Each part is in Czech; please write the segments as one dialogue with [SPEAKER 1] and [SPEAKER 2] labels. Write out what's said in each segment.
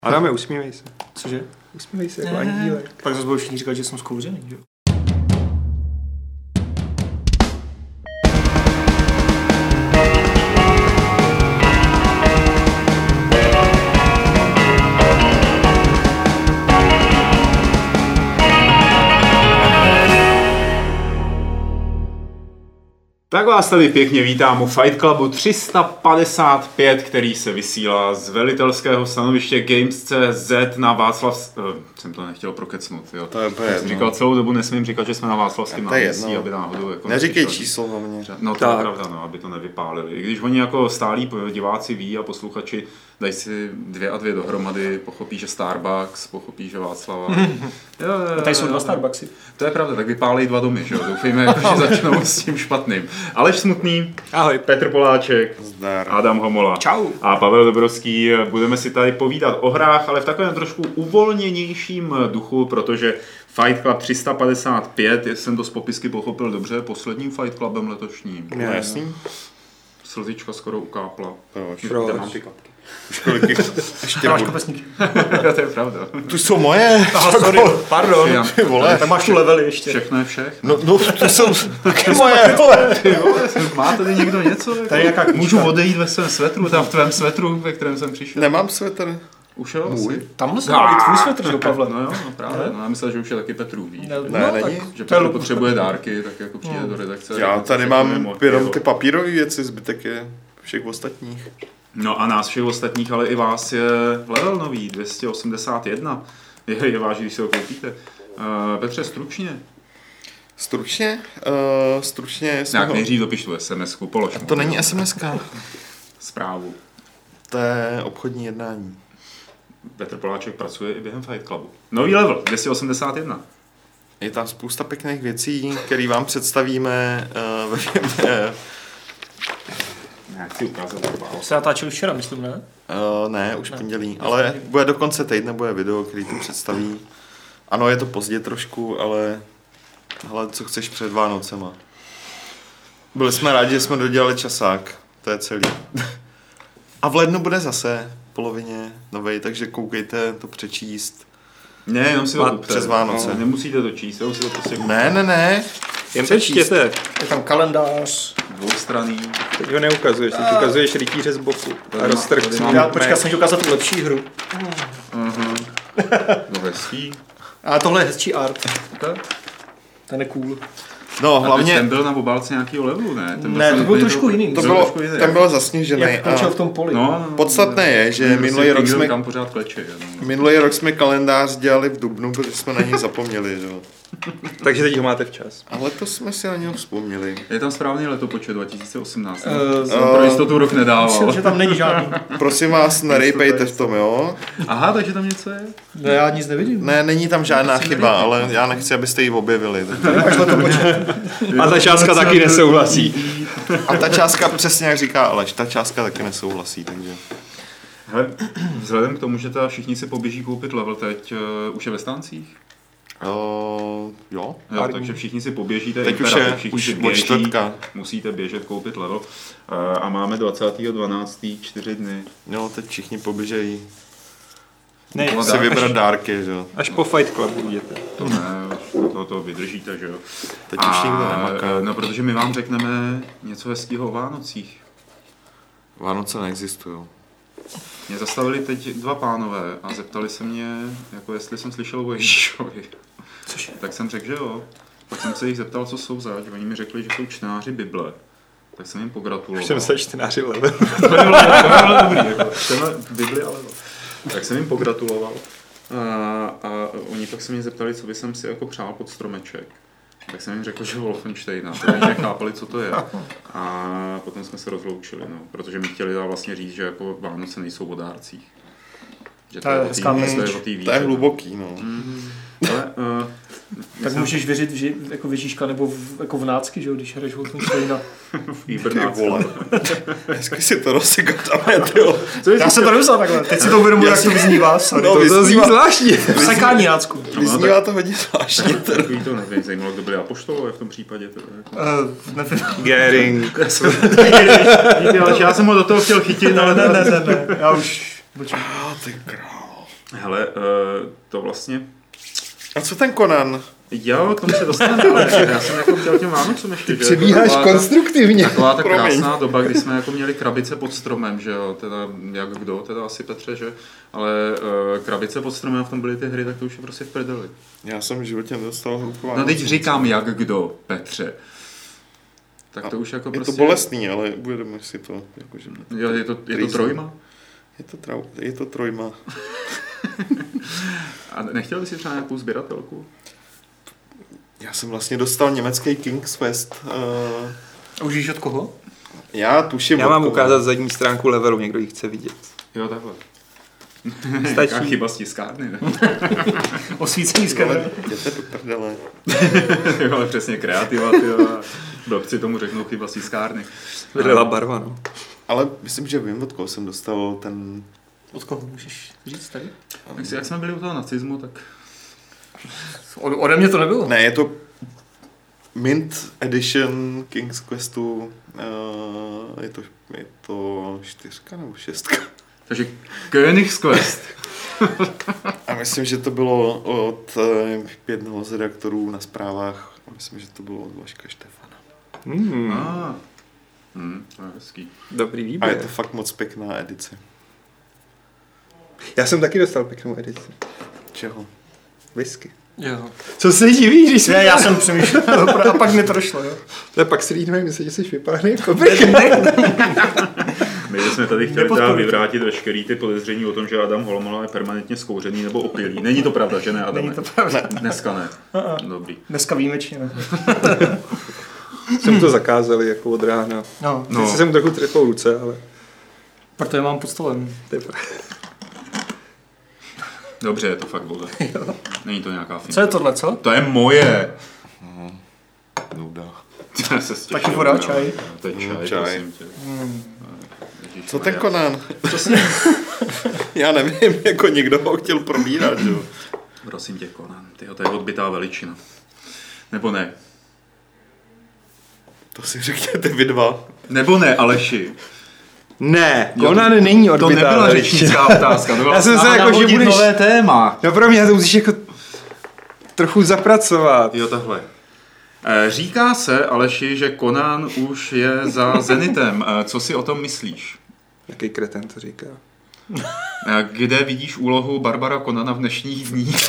[SPEAKER 1] Adame, usmívej se.
[SPEAKER 2] Cože?
[SPEAKER 1] Usmívej se jako andílek.
[SPEAKER 2] Pak zase budou všichni říkat, že jsem zkouřený, že jo?
[SPEAKER 3] Tak vás tady pěkně vítám u Fight Clubu 355, který se vysílá z velitelského stanoviště Games.cz na Václav... jsem to nechtěl prokecnout, jo.
[SPEAKER 1] To je
[SPEAKER 3] jsem říkal celou dobu, nesmím říkat, že jsme na Václavském náměstí, aby náhodou... Jako
[SPEAKER 1] neříkej číslo na mě.
[SPEAKER 3] No to je pravda, no, aby to nevypálili. I když oni jako stálí diváci ví a posluchači dají si 2 a 2 dohromady, pochopí, že Starbucks, pochopí, že Václava.
[SPEAKER 2] A tady jsou 2 Starbucksy.
[SPEAKER 3] To je pravda, tak vypálí 2 domy, že jo. Doufejme, jako, že začnou s tím špatným. Aleš Smutný,
[SPEAKER 1] ahoj,
[SPEAKER 3] Petr Poláček,
[SPEAKER 1] zdar,
[SPEAKER 3] Adam Homola.
[SPEAKER 2] Čau.
[SPEAKER 3] A Pavel Dobrovský. Budeme si tady povídat o hrách, ale v takovém trošku uvolněnějším duchu, protože Fight Club 355, jestli jsem to z popisky pochopil dobře, posledním Fight Clubem letošním.
[SPEAKER 1] No jasný.
[SPEAKER 3] Slzička skoro ukápla.
[SPEAKER 1] Proč?
[SPEAKER 3] Mám ty kapky.
[SPEAKER 1] Už kolik ještě
[SPEAKER 2] máš kapesníky.
[SPEAKER 3] To je pravda.
[SPEAKER 1] Tu jsou moje.
[SPEAKER 2] Aha, sorry, pardon.
[SPEAKER 1] Ty vole.
[SPEAKER 2] Tak máš tu levely ještě.
[SPEAKER 3] Všechno je všech.
[SPEAKER 1] No to jsou taky moje, vole.
[SPEAKER 3] Má tady někdo něco? Jako?
[SPEAKER 2] Tady jaká knížka.
[SPEAKER 3] Můžu odejít ve svém svetru, tam v tvém svetru, ve kterém jsem přišel.
[SPEAKER 1] Nemám svetr.
[SPEAKER 3] Už jo? Asi.
[SPEAKER 2] Tamhle se má i tvůj svetr, do Pavle.
[SPEAKER 3] No jo, no právě. No, já myslel, že už je taky Petrův, víš.
[SPEAKER 1] Ne, není.
[SPEAKER 3] Že Petr potřebuje dárky, tak jako přijde do redakce.
[SPEAKER 1] Já tady mám jenom ty papírové věci, zbytek je všech ostatních.
[SPEAKER 3] No a nás všech ostatních, ale i vás je level nový, 281. Je vážný, když si ho koupíte. Petře, stručně.
[SPEAKER 1] Stručně jsme
[SPEAKER 3] Nějak nejdřív dopiš tu SMS-ku, polož mu.
[SPEAKER 1] To není SMS-ka.
[SPEAKER 3] Zprávu.
[SPEAKER 1] To je obchodní jednání.
[SPEAKER 3] Petr Poláček pracuje i během Fight Clubu. Nový level, 281.
[SPEAKER 1] Je tam spousta pěkných věcí, které vám představíme
[SPEAKER 3] Chci ukázat.
[SPEAKER 2] Se natáčeli včera, myslím, ne?
[SPEAKER 1] Ne, už pondělí, ale bude do konce týdne, bude video, který to představí. Ano, je to pozdě trošku, ale co chceš před Vánocema. Byli jsme rádi, že jsme dodělali časák, to je celý. A v lednu bude zase v polovině novej, takže koukejte to přečíst.
[SPEAKER 3] Ne, jenom si to kupte.
[SPEAKER 1] Přes Vánoce.
[SPEAKER 3] No, nemusíte to číst, jenom si to prostě kupte.
[SPEAKER 1] Ne.
[SPEAKER 3] Jen přečtěte.
[SPEAKER 2] Je tam kalendář.
[SPEAKER 3] Dvoustranný.
[SPEAKER 1] Teď ho neukazuješ, teď ukazuješ rytíře z boku. A roztrh.
[SPEAKER 2] Počkej, jsem ti ukázat tu lepší hru.
[SPEAKER 3] No hezký.
[SPEAKER 2] A tohle je hezčí art. Ten je cool.
[SPEAKER 1] No, hlavně...
[SPEAKER 3] Ten byl na obálce nějakýho levelu, ne?
[SPEAKER 2] Ne, to byl trošku jiný.
[SPEAKER 1] Ten byl zasněžený.
[SPEAKER 2] Jak končil v tom poli.
[SPEAKER 3] No,
[SPEAKER 1] podstatné je, že minulý rok jsme kalendář dělali v dubnu, protože jsme na něj zapomněli, že?
[SPEAKER 4] Takže teď ho máte včas.
[SPEAKER 1] Ale to jsme si na něj vzpomněli.
[SPEAKER 3] Je tam správný letopočet 2018. Pro jistotu rok nedával.
[SPEAKER 2] Myslím, že tam není žádný.
[SPEAKER 1] Prosím vás, nerejpejte v tom, jo?
[SPEAKER 3] Aha, takže tam něco je?
[SPEAKER 2] No, já nic nevidím.
[SPEAKER 1] Ne, není tam žádná chyba, ale já nechci, abyste ji objevili.
[SPEAKER 4] A ta částka taky nesouhlasí.
[SPEAKER 1] A ta částka, přesně jak říká Aleš, ta částka taky nesouhlasí, takže...
[SPEAKER 3] Hele, vzhledem k tomu, že ta všichni si poběží koupit level teď, už je ve stáncích?
[SPEAKER 1] Jo,
[SPEAKER 3] takže všichni si poběžíte.
[SPEAKER 1] Teď už je od čtvrtka.
[SPEAKER 3] Musíte běžet koupit level. A máme 20.12. 4 dny.
[SPEAKER 1] Jo, teď všichni poběžejí.
[SPEAKER 2] Ne,
[SPEAKER 1] si vybrat dárky, že jo.
[SPEAKER 4] Až po Fight Club uvidíte.
[SPEAKER 3] To ne, to vydržíte, že jo.
[SPEAKER 1] Teď už nikdo nemaká.
[SPEAKER 3] No, protože my vám řekneme něco hezkého o Vánocích.
[SPEAKER 1] Vánoce neexistují.
[SPEAKER 3] Mě zastavili teď 2 pánové a zeptali se mě, jako jestli jsem slyšel o Ježíšovi.
[SPEAKER 2] Cože?
[SPEAKER 3] Tak jsem řekl, že jo. Pak jsem se jich zeptal, co jsou zač. Oni mi řekli, že jsou čtenáři Bible. Tak jsem jim pogratuloval.
[SPEAKER 4] Jsem se čtenáři level.
[SPEAKER 3] To bylo dobrý, jako. Čteme Bibli, ale tak jsem jim pogratuloval. A oni pak se mě zeptali, co by jsem si jako přál pod stromeček. Tak jsem jim řekl, že Wolfensteina, to oni nechápali, co to je. A potom jsme se rozloučili, no, protože mi chtěli vlastně říct, že jako Vánoce nejsou o dárcích. Že
[SPEAKER 2] to je hezká
[SPEAKER 3] víře.
[SPEAKER 1] To je hluboký, no.
[SPEAKER 3] Ale,
[SPEAKER 2] tak můžeš věřit jako v Ježíška nebo jako v nácky, že jo, když hraješ Wolfensteina.
[SPEAKER 1] Ty vole. Hezky si to rozsekáme, tyjo.
[SPEAKER 2] Já jsem to nemyslel takhle, teď si to uvědomuji, jak to vyznívá.
[SPEAKER 4] To zní zvláštně.
[SPEAKER 2] Vsekání nácku.
[SPEAKER 1] Vyznívá to hodně zvláštně.
[SPEAKER 3] Takový to nevím, zajímalo, kdo byli apoštolové v tom případě.
[SPEAKER 2] Nevím.
[SPEAKER 4] Gering.
[SPEAKER 3] Já jsem ho do toho chtěl chytit, ale
[SPEAKER 2] ne. Já už...
[SPEAKER 1] Ty král.
[SPEAKER 3] Hele, to vlastně...
[SPEAKER 1] A co ten Conan?
[SPEAKER 3] Jo, k tomu se dostaneme, ale já jsem jako chtěl těm Vánocům ještě, že?
[SPEAKER 4] Přebíháš konstruktivně.
[SPEAKER 3] Taková ta krásná doba, kdy jsme jako měli krabice pod stromem, že jo, teda jak kdo, teda asi Petře, že? Ale krabice pod stromem a v tom byly ty hry, tak to už je prostě v prdeli.
[SPEAKER 1] Já jsem v životě nedostal hrubu Vánoc.
[SPEAKER 3] No teď říkám jak kdo, Petře. Tak to už jako
[SPEAKER 1] je
[SPEAKER 3] prostě...
[SPEAKER 1] to bolestný, ale budeme si to... Jakože
[SPEAKER 3] jo, je to trojma?
[SPEAKER 1] Je to trojma.
[SPEAKER 3] A nechtěl bys si třeba nějakou sběratelku?
[SPEAKER 1] Já jsem vlastně dostal německý King's Quest.
[SPEAKER 2] A už víš od koho?
[SPEAKER 1] Já tuším.
[SPEAKER 4] Já mám ukázat zadní stránku levelu, někdo ji chce vidět.
[SPEAKER 3] Jo, takhle.
[SPEAKER 4] Stačí.
[SPEAKER 3] Jaká chyba z tiskárny, ne?
[SPEAKER 2] Osvícení skener.
[SPEAKER 1] Jděte do prdele.
[SPEAKER 3] Jo, ale přesně kreativa, tyjo. Blbci tomu řeknou chyba z tiskárny.
[SPEAKER 4] Vydala barva, no.
[SPEAKER 1] Ale myslím, že vím, od koho jsem dostal ten...
[SPEAKER 2] Od koho můžeš říct tady?
[SPEAKER 3] Jak jsme byli u toho nacismu, tak...
[SPEAKER 2] Ode mě to nebylo.
[SPEAKER 1] Ne, je to Mint Edition King's Questu. Je to 4 nebo 6.
[SPEAKER 3] Takže König's Quest.
[SPEAKER 1] A myslím, že to bylo od jednoho z redaktorů na zprávách. Myslím, že to bylo od Vaška Štefana.
[SPEAKER 3] To je hezký.
[SPEAKER 4] Dobrý
[SPEAKER 1] A
[SPEAKER 4] výběr.
[SPEAKER 1] je to fakt moc pěkná edice.
[SPEAKER 4] Já jsem taky dostal pěknou edici.
[SPEAKER 1] Čeho?
[SPEAKER 4] Whisky.
[SPEAKER 2] Jo.
[SPEAKER 4] Co se divíš, když
[SPEAKER 2] Ne, já jsem přemýšlel a pak mi to došlo, jo.
[SPEAKER 4] To pak si lídme, myslím, že jsi vypálený jako
[SPEAKER 3] My jsme tady chtěli teda vyvrátit veškerý ty podezření o tom, že Adam Holmola je permanentně zkouřený nebo opilý. Není to pravda, že ne, Adame?
[SPEAKER 2] Není to pravda.
[SPEAKER 3] Dneska ne. Dobrý.
[SPEAKER 2] Dneska výjimečně ne.
[SPEAKER 4] Jsem to zakázali jako od rána.
[SPEAKER 2] No.
[SPEAKER 4] Teď jsem trochu trefil ruce, ale...
[SPEAKER 2] Protože mám pod stolem.
[SPEAKER 3] Dobře, je to fakt voda. Není to nějaká finta.
[SPEAKER 2] Co je tohle, co?
[SPEAKER 3] To je moje.
[SPEAKER 1] Nuda.
[SPEAKER 2] Taky voda, čaj.
[SPEAKER 3] To je čaj, prosím tě.
[SPEAKER 1] Co ten Conan? Já nevím, jako někdo ho chtěl probírat, jo.
[SPEAKER 3] Prosím tě, Conan. Tyjo, to je odbytá veličina. Nebo ne?
[SPEAKER 1] To si řekněte vy dva.
[SPEAKER 3] Nebo ne, Aleši?
[SPEAKER 4] Ne, Conan není odbytá.
[SPEAKER 3] To nebyla řečnická otázka. To byla
[SPEAKER 4] Já jsem se jako, že budeš...
[SPEAKER 3] nové téma.
[SPEAKER 4] No pro mě to musíš jako trochu zapracovat.
[SPEAKER 3] Jo, takhle. Říká se, Aleši, že Conan už je za Zenitem. Co si o tom myslíš?
[SPEAKER 4] Jaký kreten to říká?
[SPEAKER 3] Kde vidíš úlohu Barbara Conana v dnešních dních?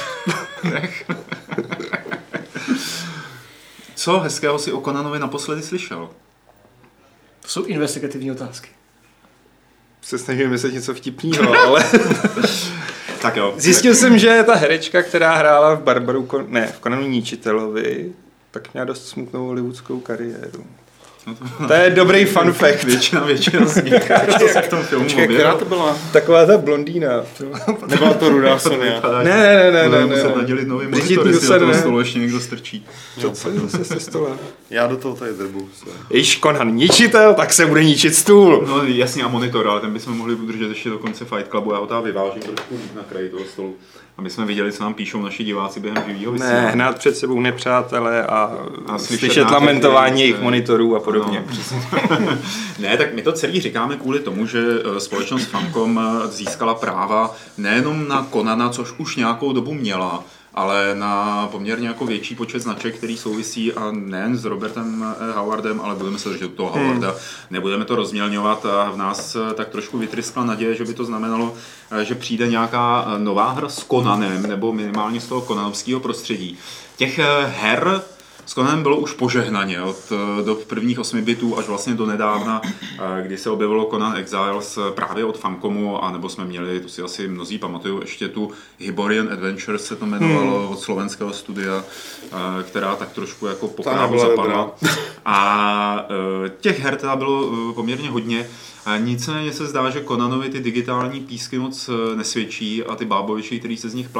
[SPEAKER 3] Co hezkého si o Conanovi naposledy slyšel?
[SPEAKER 2] To jsou investigativní otázky.
[SPEAKER 4] Se snažím myslet něco vtipného, ale...
[SPEAKER 3] Tak jo.
[SPEAKER 4] Zjistil jsem, že ta herečka, která hrála v v Conanu Ničitelovi, tak měla dost smutnou hollywoodskou kariéru. To je dobrý fun fact.
[SPEAKER 3] Většina z nich, to se v tom filmu
[SPEAKER 1] Která to byla?
[SPEAKER 4] Taková ta blondýna.
[SPEAKER 1] Nebyla to Rudá Sonia.
[SPEAKER 4] Ne.
[SPEAKER 3] Budeme muset nadělit nový monitor, jestli do toho stolu ještě někdo strčí.
[SPEAKER 4] Co se ze stola?
[SPEAKER 1] Já do toho tady drbu.
[SPEAKER 4] Když Conan ničitel, tak se bude ničit stůl.
[SPEAKER 3] No jasně a monitor, ale ten bychom mohli udržet ještě do konce Fight Clubu. Já ho tady vyvážím trošku na kraji toho stolu. Aby jsme viděli, co nám píšou naši diváci během živýho vysílání.
[SPEAKER 4] Ne, hnát před sebou nepřátele a slyšet lamentování jejich monitorů a podobně.
[SPEAKER 3] No, ne, tak my to celý říkáme kvůli tomu, že společnost Famicom získala práva nejenom na Conana, což už nějakou dobu měla, ale na poměrně jako větší počet značek, který souvisí a nejen s Robertem Howardem, ale budeme se držet toho Howarda, nebudeme to rozmělňovat a v nás tak trošku vytryskla naděje, že by to znamenalo, že přijde nějaká nová hra s Conanem, nebo minimálně z toho conanovského prostředí. Těch her s Conanem bylo už požehnaně do prvních 8 bitů až vlastně do nedávna, kdy se objevilo Conan Exiles právě od Famcomu, anebo jsme měli, to si asi mnozí pamatují, ještě tu Hyborian Adventures se to jmenovalo od slovenského studia, která tak trošku jako po právu zapadla. A těch her teda bylo poměrně hodně. Nicméně se zdá, že Conanovi ty digitální písky moc nesvědčí a ty báboviči, který se z nich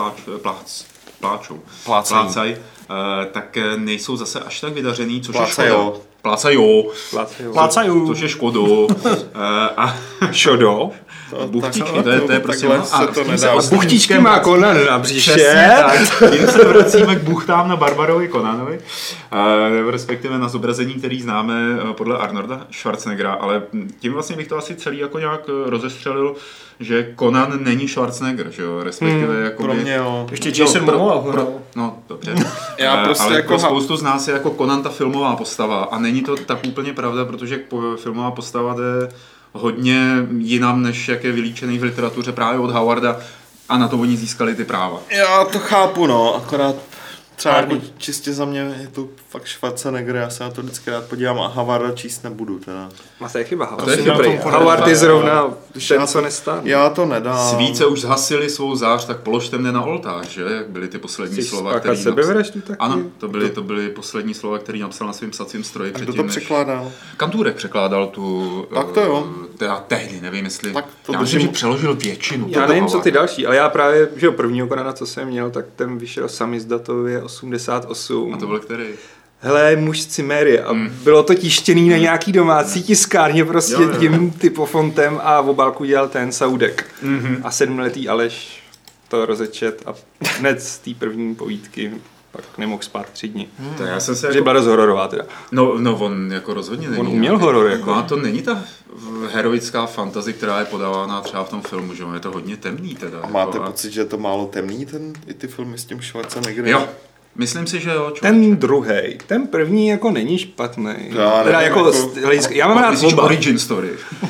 [SPEAKER 3] plácají, tak nejsou zase až tak vydařený, což je škoda. Plácajou. Což je škodo.
[SPEAKER 4] Šodo?
[SPEAKER 3] Buchtičky, to je prostě
[SPEAKER 1] a
[SPEAKER 4] buchtičky má Conan na břiše.
[SPEAKER 3] Tím se vracíme k buchtám na Barbarovi Conanovi, respektive na zobrazení, který známe podle Arnolda Schwarzeneggera, ale tím vlastně bych to asi celý jako nějak rozestřelil, že Conan není Schwarzenegger, že jo, respektive jako
[SPEAKER 1] pro mě jo.
[SPEAKER 2] Ještě Jason Momoa ho hrál.
[SPEAKER 3] No, dobře.
[SPEAKER 1] Já prostě
[SPEAKER 3] ale
[SPEAKER 1] jako
[SPEAKER 3] pro spoustu z nás je jako Conan ta filmová postava a není to tak úplně pravda, protože filmová postava jde hodně jinam, než jak je vylíčený v literatuře právě od Howarda a na to oni získali ty práva.
[SPEAKER 1] Já to chápu, no, akorát třeba jako čistě za mě je to fakt Schwarzenegger, já se na to vždycky rád podívám a Havarda číst nebudu teda.
[SPEAKER 4] A to je chyba,
[SPEAKER 3] Howard
[SPEAKER 4] je zrovna ten, co nestane.
[SPEAKER 1] Já to nedám.
[SPEAKER 3] Svíce už zhasili svou zář, tak položte mne na oltář, že? Jak byly ty poslední slova, které Ano, to byly poslední slova, které napsal na svém psacím stroji
[SPEAKER 1] a
[SPEAKER 3] předtím.
[SPEAKER 1] Kdo to překládal?
[SPEAKER 3] Kantůrek překládal tu...
[SPEAKER 1] Tak to jo.
[SPEAKER 3] Teda tehdy, nevím jestli...
[SPEAKER 1] Já
[SPEAKER 3] myslím, že přeložil většinu.
[SPEAKER 4] Já nevím, co ty další, ale já právě, že jo, prvního Conana, co jsem měl, tak ten vyšel samizdatově 88.
[SPEAKER 3] A to byl který?
[SPEAKER 4] Hele, muž z Cimérie a bylo to tištěný na nějaký domácí tiskárně prostě tím typofontem a v obálku dělal ten Saudek. A 7letý Aleš to rozečet a hned z té první povídky pak nemohl spát 3 dny.
[SPEAKER 3] To já jsem se
[SPEAKER 4] jako... byla dost hororová teda.
[SPEAKER 3] No on jako rozhodně není.
[SPEAKER 4] On uměl horor jako.
[SPEAKER 3] No a to není ta heroická fantazie, která je podávána třeba v tom filmu, že je to hodně temný teda.
[SPEAKER 1] A máte pocit, že je to málo temný i ty filmy s tím Schwarzeneggerem?
[SPEAKER 3] Jo. Myslím si, že jo. Člověče.
[SPEAKER 4] Ten druhej, ten první jako není špatný.
[SPEAKER 1] Já nevím,
[SPEAKER 4] jako já mám rád oba.
[SPEAKER 3] Origin story.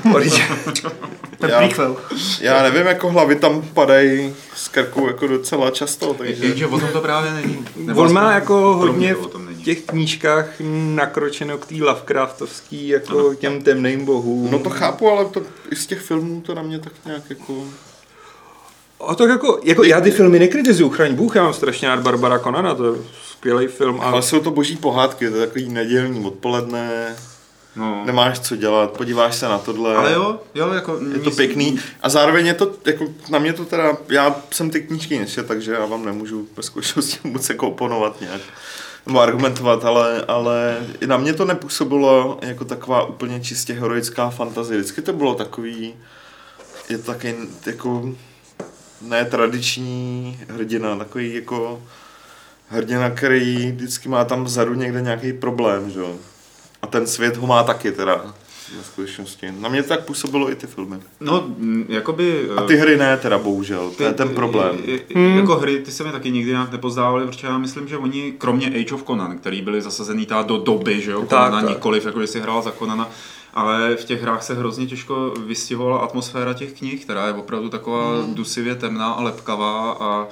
[SPEAKER 2] Ten prequel.
[SPEAKER 1] Já nevím, jako hlavy tam padají z krku jako docela často, takže...
[SPEAKER 3] Jenže o tom to právě není.
[SPEAKER 4] On má jako hodně v těch knížkách nakročeno k té Lovecraftovský jako těm temným bohům.
[SPEAKER 1] No to chápu, ale to, i z těch filmů to na mě tak nějak jako...
[SPEAKER 4] A to jako já ty filmy nekritizuju, chraň Bůh, já mám strašně rád Barbara Conana, to je skvělý film.
[SPEAKER 1] Ale jsou to boží pohádky, to je takový nedělní odpoledne, nemáš co dělat, podíváš se na tohle.
[SPEAKER 3] Ale jo jako...
[SPEAKER 1] Je to pěkný a zároveň je to, jako na mě to teda, já jsem ty knížky nečetl, takže já vám nemůžu bez zkušenosti moc jako oponovat nějak, nebo argumentovat, ale i na mě to nepůsobilo jako taková úplně čistě heroická fantazie, vždycky to bylo takový, je to taky jako... Ne tradiční hrdina, takový jako hrdina, který vždycky má tam vzadu někde nějaký problém, že jo. A ten svět ho má taky teda, na skutečnosti. Na mě tak působilo i ty filmy.
[SPEAKER 3] No, jakoby...
[SPEAKER 1] A ty hry ne teda, bohužel, to je ten problém.
[SPEAKER 3] Jako hry, ty se mi taky nikdy nějak nepozdávaly, protože já myslím, že oni, kromě Age of Conan, který byli zasazený do doby, že jo, Conana nikoliv, jako když si hrál za Conana, ale v těch hrách se hrozně těžko vystihovala atmosféra těch knih, která je opravdu taková dusivě temná a lepkavá a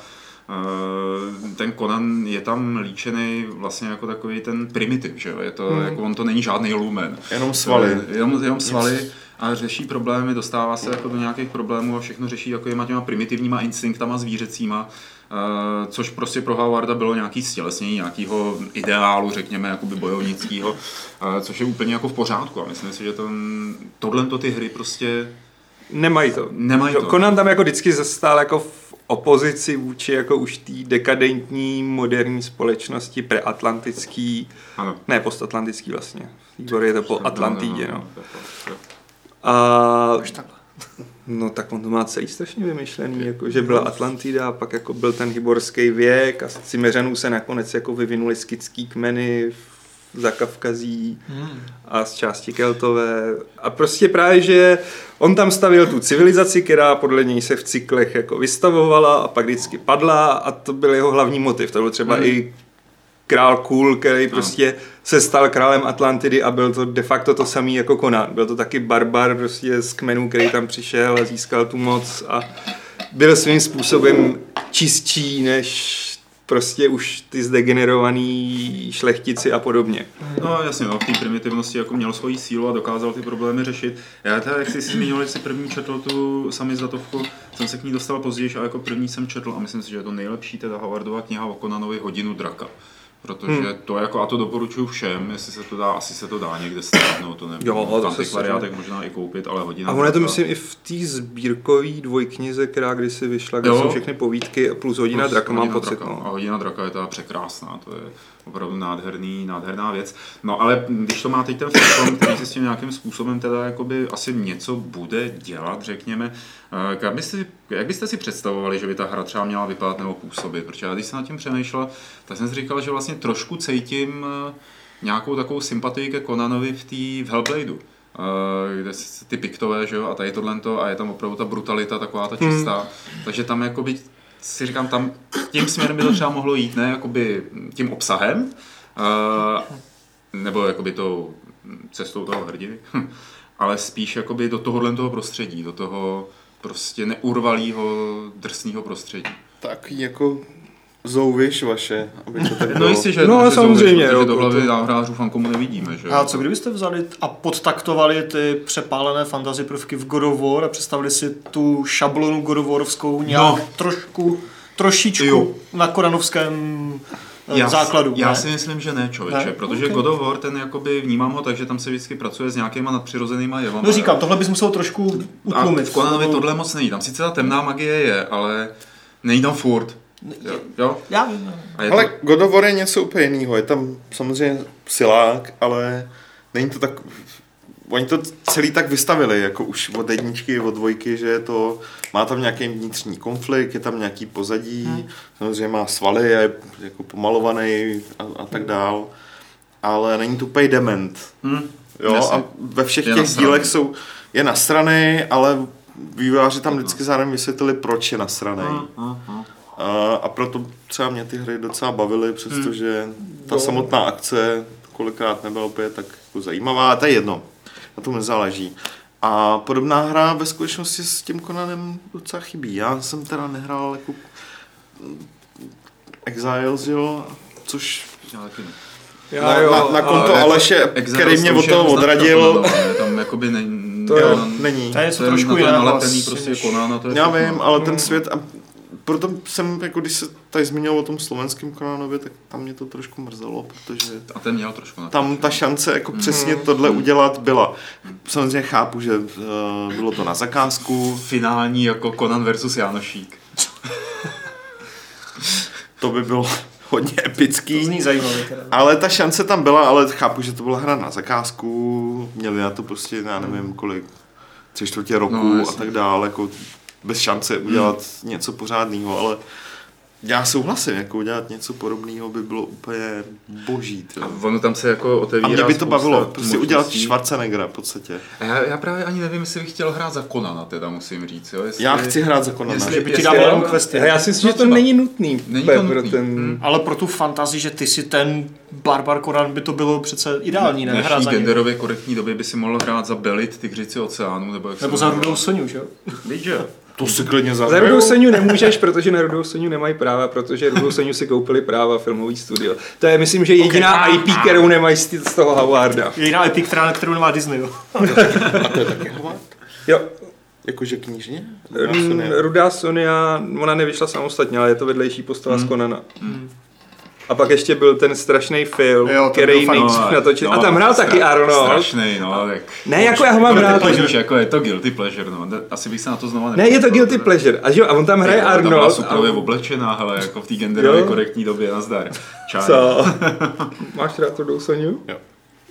[SPEAKER 3] ten Conan je tam líčený vlastně jako takový ten primitiv, že jo, je to, jako on to není žádný lumen.
[SPEAKER 1] Jenom svaly.
[SPEAKER 3] Jenom svaly a řeší problémy, dostává se jako do nějakých problémů a všechno řeší jako těma primitivníma instinktama zvířecíma, což prostě pro Howarda bylo nějaký stělesnění nějakého ideálu, řekněme, jakoby bojovnického, což je úplně jako v pořádku a myslím si, že tohle ty hry prostě
[SPEAKER 4] nemají to. Conan tam jako vždycky zastál jako v opozici vůči jako už té dekadentní moderní společnosti preatlantický, ne postatlantický vlastně. Výbor je to po Atlantidě, no. A no tak on to má celý strašně vymyšlený, jako, že byla Atlantida a pak jako byl ten hyborský věk a z Cimeřanů se nakonec jako vyvinuli skitský kmeny v Zakavkazí a z části Keltové a prostě právě, že on tam stavil tu civilizaci, která podle něj se v cyklech jako vystavovala a pak vždycky padla a to byl jeho hlavní motiv, to byl třeba i král Kůl, který prostě se stal králem Atlantidy a byl to de facto to samý jako Conan. Byl to taky barbar prostě z kmenů, který tam přišel a získal tu moc a byl svým způsobem čistší než prostě už ty zdegenerovaný šlechtici a podobně.
[SPEAKER 3] No jasně, v té primitivnosti jako měl svoji sílu a dokázal ty problémy řešit. Já teda, jak jsi zmínil, že si první četl tu samizdatovku, jsem se k ní dostal později a jako první jsem četl a myslím si, že je to nejlepší teda Howardova kniha o Conanovi Hodinu draka. Protože to jako, a to doporučuji všem, jestli se to dá, asi se to dá někde stáhnout, to nevím, v antikvariátech možná i koupit, ale Hodina
[SPEAKER 4] a ono je to myslím i v té sbírkové dvojknize, která kdysi vyšla, kde jsou všechny povídky plus Hodina draka, mám pocit. No.
[SPEAKER 3] A Hodina draka je teda překrásná, to je opravdu nádherná věc. No ale když to má teď ten film, který si s tím nějakým způsobem teda jakoby asi něco bude dělat, řekněme, jak byste si představovali, že by ta hra třeba měla vypadat nebo působit? Protože já když jsem nad tím přemýšlel, tak jsem si říkal, že vlastně trošku cítím nějakou takovou sympatii ke Conanovi v Hellbladeu. Kde ty piktové, že jo, a tady tohleto, a je tam opravdu ta brutalita, taková ta čistá. Takže tam jakoby si říkám, tam tím směrem by to třeba mohlo jít, ne jakoby tím obsahem, nebo jakoby tou cestou toho hrdiny, ale spíš jakoby do tohohle prostředí, do toho prostě neurvalýho, drsného prostředí.
[SPEAKER 1] Tak jako zouviš vaše, aby to tak bylo.
[SPEAKER 3] No jistě, že
[SPEAKER 4] no, samozřejmě,
[SPEAKER 3] protože do hlavy hráčů fankomu nevidíme. Že?
[SPEAKER 2] A co kdybyste vzali a podtaktovali ty přepálené fantasy prvky v God of War a představili si tu šablonu God of Warovskou nějak trošičku na koranovském základu?
[SPEAKER 3] Já si myslím, že ne, člověče, ne? Protože God of War, ten jakoby vnímám ho tak, že tam se vždycky pracuje s nějakýma nadpřirozenýma jevama.
[SPEAKER 2] No říkám, tohle bys musel trošku utlumit.
[SPEAKER 3] A v Conanovi tohle moc není, tam sice ta temná magie je, ale není tam furt. Jo?
[SPEAKER 2] Já vím.
[SPEAKER 1] Ale God of War je něco úplně jiného, je tam samozřejmě silák, ale není to tak... Oni to celý tak vystavili, jako už od jedničky, od dvojky, že je to, má tam nějaký vnitřní konflikt, je tam nějaký pozadí, samozřejmě má svaly, je jako pomalovaný a tak dál, ale není to úplně dement. Jo? A ve všech těch dílech je nasranej, ale vývojáři tam vždycky zároveň vysvětlili, proč je nasranej. A proto třeba mě ty hry docela bavily, přestože ta samotná akce kolikrát nebyla úplně tak jako zajímavá, a to je jedno. Na tom nezáleží. A podobná hra ve skutečnosti s tím Conanem docela chybí. Já jsem teda nehrál jako Exiles, jo, což na konto Aleše, který mě od toho odradil.
[SPEAKER 3] Tam jakoby
[SPEAKER 1] není.
[SPEAKER 2] To je něco trošku jiného.
[SPEAKER 3] Prostě Conan,
[SPEAKER 1] já vím, ale ten svět... Proto jsem, jako když se tady zmínil o tom slovenském Conanovi, tak tam mě to trošku mrzelo, protože
[SPEAKER 3] a ten měl trošku
[SPEAKER 1] tam ta šance jako přesně tohle udělat byla. Samozřejmě chápu, že bylo to na zakázku.
[SPEAKER 3] Finální jako Conan versus Janošík.
[SPEAKER 1] To by bylo hodně epický.
[SPEAKER 2] To zní zajímavě.
[SPEAKER 1] Ale ta šance tam byla, ale chápu, že to byla hra na zakázku. Měli na to prostě, já nevím kolik, 3/4 roku a tak dále, jako bez šance udělat něco pořádného, ale já souhlasím, jako udělat něco podobného by bylo úplně boží.
[SPEAKER 3] A ono tam se jako otevírá.
[SPEAKER 1] A mě by to bavilo, prostě udělat Schwarzeneggera v podstatě.
[SPEAKER 3] A já právě ani nevím, jestli bych chtěl hrát za Conana, teda musím říct. Jo?
[SPEAKER 1] Já chci hrát za Conana.
[SPEAKER 2] Jestli by ti dával jenom questy.
[SPEAKER 4] Já si myslím, že to není nutný.
[SPEAKER 3] Není to nutný.
[SPEAKER 2] Ale pro tu fantazii, že ty si ten barbar Conan, by to bylo přece ideální, ne?
[SPEAKER 3] V dnešní genderově korektní době by si mohl hrát za Belit, Tygřici oceánu, nebo
[SPEAKER 2] za Rudou Soňu, že jo?
[SPEAKER 1] To si klidně
[SPEAKER 4] za Rudou Soňu nemůžeš, protože na Rudou Soňu nemají práva, protože Rudou Soňu si koupili práva filmový studio. To je, myslím, že jediná IP, kterou nemají z toho Howarda.
[SPEAKER 2] Jediná IP, kterou nemá Disney, jo.
[SPEAKER 1] A to je taky Howard?
[SPEAKER 4] Jo.
[SPEAKER 1] Jakože knížně?
[SPEAKER 4] Rudá Sonia, ona nevyšla samostatně, ale je to vedlejší postava z Conana. A pak ještě byl ten strašný film, který nejdřív natočil. A tam hrál taky Arnold.
[SPEAKER 3] Strašný, no. Tak...
[SPEAKER 4] Ne, jako já ho mám rád.
[SPEAKER 3] Jako je to guilty pleasure, no. Asi bych se na to znova
[SPEAKER 4] ne, je to guilty pleasure. A on tam hraje Arnold. Tam byla
[SPEAKER 3] suprově oblečená, hele, jako v té genderově korektní době, nazdar. Čaj.
[SPEAKER 4] Co? Máš rád Rudou Soňu? Jo.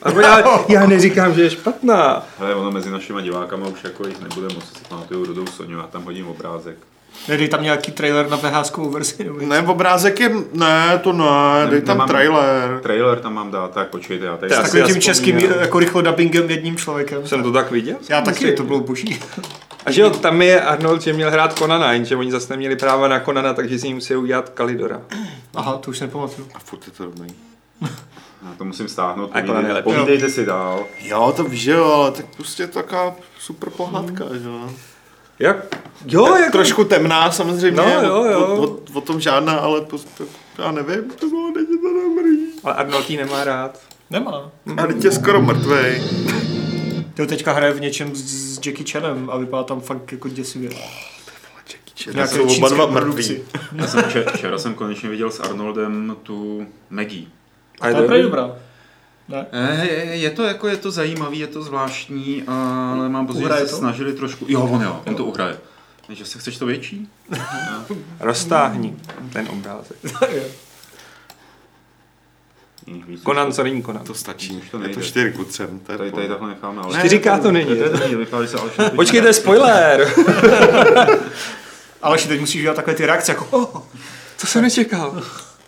[SPEAKER 4] Já neříkám, že je špatná.
[SPEAKER 3] Hele, ono mezi našima divákama už jako jich nebude moc, si pamatuju Rudou Soňu, a tam hodím obrázek.
[SPEAKER 2] Dej tam nějaký trailer na VHSkovou verzi.
[SPEAKER 1] Ne, obrázek je... Ne, to ne, dej tam trailer.
[SPEAKER 3] Trailer tam mám dát, tak počkejte. Já tady
[SPEAKER 2] s takovým tím českým jako rychlo dubbingem jedním člověkem.
[SPEAKER 4] Jsem to tak viděl?
[SPEAKER 2] Já taky, to bylo boží.
[SPEAKER 4] A že jo, tam je Arnold, že měl hrát Conana, jenže oni zase neměli práva na Conana, takže si jim museli udělat Kalidora.
[SPEAKER 2] Aha, to už nepamatuju.
[SPEAKER 1] A furt je to dobrý.
[SPEAKER 3] Já to musím stáhnout, povídejte si dál.
[SPEAKER 1] Jo, to víš, jo, ale tak prostě taková super pohádka, že jo.
[SPEAKER 4] Jak? Jo, jak
[SPEAKER 1] trošku temná samozřejmě,
[SPEAKER 4] jo.
[SPEAKER 1] O tom žádná, ale já nevím, to bylo, není to dobrý.
[SPEAKER 4] Ale Arnold jí nemá rád.
[SPEAKER 2] Nemá.
[SPEAKER 1] A teď je skoro mrtvej.
[SPEAKER 2] To teďka hraje v něčem s Jackie Chanem a vypadá tam fakt jako děsivě.
[SPEAKER 1] Já jsou oba dva mrtví.
[SPEAKER 3] Včera jsem konečně viděl s Arnoldem tu Maggie.
[SPEAKER 2] A je to prej dobrá.
[SPEAKER 3] Ne? Je to zajímavý, je to zvláštní, ale mám pocit, že se snažili trošku... On to uhraje. Takže se chceš to větší?
[SPEAKER 4] Roztáhni ten obrázek. Conan, co není Conan.
[SPEAKER 1] To stačí, to je to 4:3.
[SPEAKER 3] Tady takhle necháme, ale...
[SPEAKER 4] 4K to není.
[SPEAKER 2] Počkejte, spoiler! Aleši, teď musíš dělat takové ty reakce jako...
[SPEAKER 4] To jsem nečekal.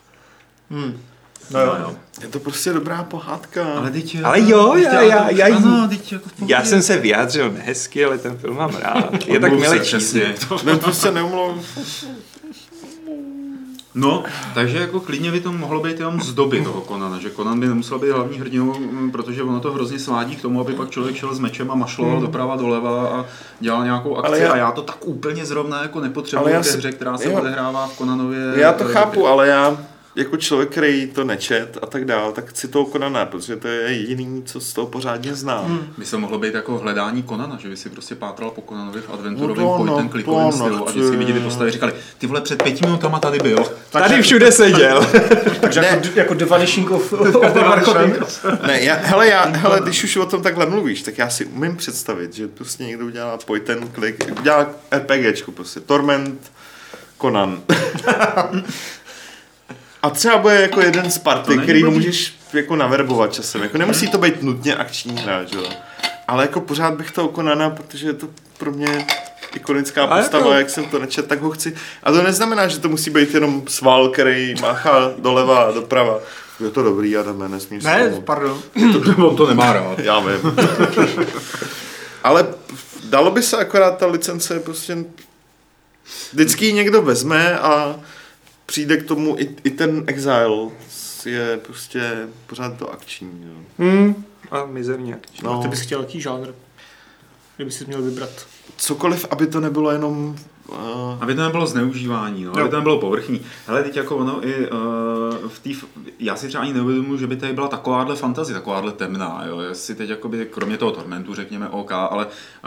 [SPEAKER 2] No jo.
[SPEAKER 1] Je to prostě dobrá pohádka.
[SPEAKER 4] Ale jo, já jsem se vyjádřil nehezky, ale ten film mám rád. Je tak milé čísně.
[SPEAKER 1] Ten prostě neumluvil.
[SPEAKER 3] No, takže jako klidně by to mohlo být jenom z doby toho Conana, že Conan by nemusel být hlavní hrdinou, protože ono to hrozně svádí k tomu, aby pak člověk šel s mečem a mašloval doprava doleva a dělal nějakou akci a já to tak úplně zrovna jako nepotřebuji v té hře, která se odehrává v Conanově.
[SPEAKER 1] Já to chápu, ale já jako člověk, který to nečet a tak dál, tak chci toho Conana, protože to je jediný, co z toho pořádně znám.
[SPEAKER 3] By se mohlo být jako hledání Conana, že by si prostě pátral po Conanovi v adventurovém point-and-clickovém stylu a vždycky viděli postavy, říkali, ty vole, před 5 minutama tady byl.
[SPEAKER 4] Tady všude seděl.
[SPEAKER 2] Takže jako The Vanishing of the Markoving.
[SPEAKER 1] Ne, hele, když už o tom takhle mluvíš, tak já si umím představit, že prostě někdo udělá point-and-click, udělá RPGčku prostě, Torment, Conan. A třeba bude jako jeden z party, který ho můžeš jako naverbovat časem. Jako nemusí to být nutně akční hra, že jo. Ale jako pořád bych to Conana, protože je to pro mě ikonická postava, jako... jak jsem to nečet, tak ho chci. A to neznamená, že to musí být jenom sval, který máchá doleva a doprava. Je to dobrý, Adame, nesmíš.
[SPEAKER 2] Ne, pardon.
[SPEAKER 3] On to nemá rád.
[SPEAKER 1] Já vím. Ale dalo by se akorát ta licence prostě... Vždycky ji někdo vezme a přijde k tomu i ten Exile je prostě pořád to akční. Jo.
[SPEAKER 4] A mizerně akční.
[SPEAKER 2] No. A ty bys chtěl jaký žánr? Kdyby si měl vybrat.
[SPEAKER 1] Cokoliv, aby to nebylo jenom...
[SPEAKER 3] Aby to nebylo zneužívání, no, aby to nebylo povrchní. Hele, teď jako ono i já si třeba ani neuvědomuji, že by tady byla takováhle fantazie, takováhle temná, jo. Jestli teď jakoby, kromě toho Tormentu, řekněme OK, ale...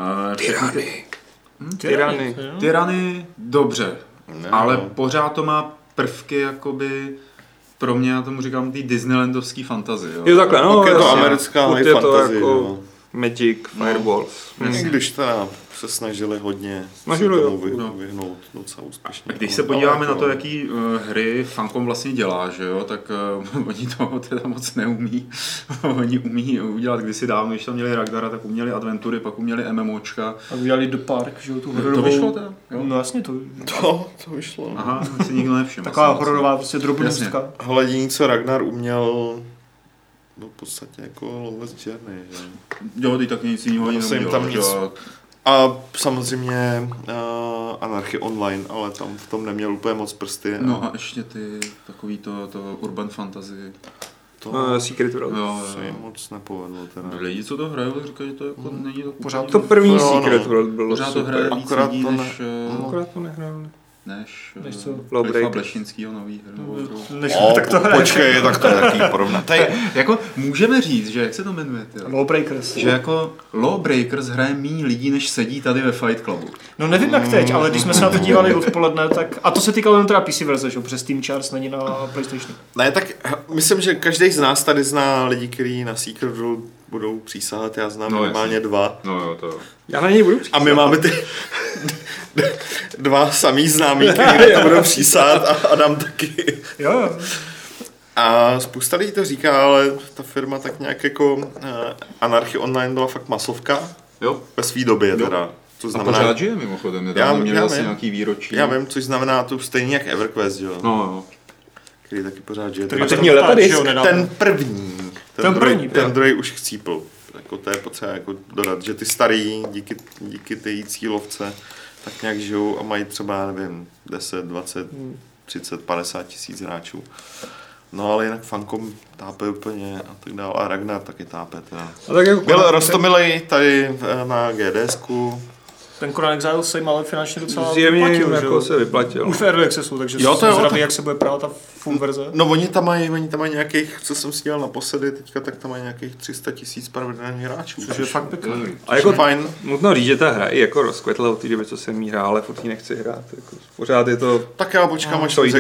[SPEAKER 3] Tyrany, dobře. Ale pořád to má prvky jakoby... Pro mě, já tomu říkám, ty Disneylandovský fantazie.
[SPEAKER 4] Jo, takhle, no.
[SPEAKER 1] Je to americká high fantasy. Jako
[SPEAKER 4] Magic, Fireballs.
[SPEAKER 1] Když teda se snažili hodně vyhnout docela úspěšně.
[SPEAKER 3] A když se podíváme na to, jaký hry Funcom vlastně dělá, že jo, tak oni toho teda moc neumí. Oni umí udělat kdysi dávno, když tam měli Ragnara, tak uměli adventury, pak uměli MMOčka.
[SPEAKER 2] A udělali The Park, že jo, tu
[SPEAKER 3] hororovou. To vyšlo teda?
[SPEAKER 2] Jo? No jasně to
[SPEAKER 1] vyšlo.
[SPEAKER 3] Aha, si nikdo nevšiml.
[SPEAKER 2] Taková hororová prostě drobnostka.
[SPEAKER 1] Hele, jediný, co Ragnar uměl, byl v podstatě jako Longest Journey, že?
[SPEAKER 3] Jo, ty tak nic jiného ani neudělal.
[SPEAKER 1] A samozřejmě Anarchy Online, ale tam v tom neměl úplně moc prsty.
[SPEAKER 3] No a ještě ty takový to urban fantasy.
[SPEAKER 4] Secret World.
[SPEAKER 1] Jo, se jim moc nepovedlo. Teda.
[SPEAKER 3] Lidi, co to hrajou, říkají, že to jako není to
[SPEAKER 4] pořád to první Secret World bylo
[SPEAKER 3] pořád to hraje víc lidí, než...
[SPEAKER 4] Akorát to nehrál.
[SPEAKER 3] Než
[SPEAKER 4] Lowbreakers.
[SPEAKER 3] Blešinskýho nový hru.
[SPEAKER 1] Počkej, tak to je taký porovnat.
[SPEAKER 3] Jako můžeme říct, že jak se to jmenuje?
[SPEAKER 2] Lawbreakers.
[SPEAKER 3] Že jako Lawbreakers hraje méně lidí, než sedí tady ve Fight Clubu.
[SPEAKER 2] No nevím jak teď, ale když jsme se na to dívali odpoledne, tak... A to se týkalo jen teda PC verze, že? Protože Steam Charts není na PlayStation.
[SPEAKER 1] Ne, tak myslím, že každý z nás tady zná lidi, kteří na Secret World budou přísahat. Já znám normálně 2.
[SPEAKER 3] No jo, to jo.
[SPEAKER 4] Já na něj budu přísahat.
[SPEAKER 1] A my máme ty 2 samý známí, kteří to budou přísahat a Adam taky.
[SPEAKER 2] Jo.
[SPEAKER 1] A spousta lidí to říká, ale ta firma tak nějak jako Anarchy Online byla fakt masovka.
[SPEAKER 3] Jo.
[SPEAKER 1] Ve svý době teda.
[SPEAKER 3] To znamená, a pořád žije mimochodem, nedávno měli vlastně nějaký výročí.
[SPEAKER 1] Já vím, což znamená to stejně jak EverQuest, jo.
[SPEAKER 3] No.
[SPEAKER 1] Který taky pořád žije.
[SPEAKER 4] Ten
[SPEAKER 1] první. Ten druhý už chcípl. Jako to je potřeba jako dodat, že ty starý díky té cílovce tak nějak žijou a mají třeba, nevím, 10, 20, 30, 50 tisíc hráčů. No ale jinak Funcom tápe úplně a tak dále. A Ragnar taky tápe teda.
[SPEAKER 4] A tak jako
[SPEAKER 1] byl roztomilej tady na GDSku.
[SPEAKER 2] Ten Conan Exiles se jim ale finančně docela
[SPEAKER 4] Zjevně
[SPEAKER 2] vyplatil,
[SPEAKER 4] jako se vyplatil.
[SPEAKER 2] Už v Early Accessu, takže
[SPEAKER 1] jo,
[SPEAKER 2] jsem zvědavý, jak se bude právě ta full verze.
[SPEAKER 1] No oni tam mají nějakých, co jsem si dělal naposledy teďka, tak tam mají nějakých 300 000 pravidelných hráčů.
[SPEAKER 2] Což je fakt pěkný.
[SPEAKER 4] A jako
[SPEAKER 1] fajn.
[SPEAKER 4] Nutno říct, že ta hra i jako rozkvetla od té doby, co jsem jí hrál, ale furt ji nechci hrát. Jako pořád je to...
[SPEAKER 1] Tak já počkám,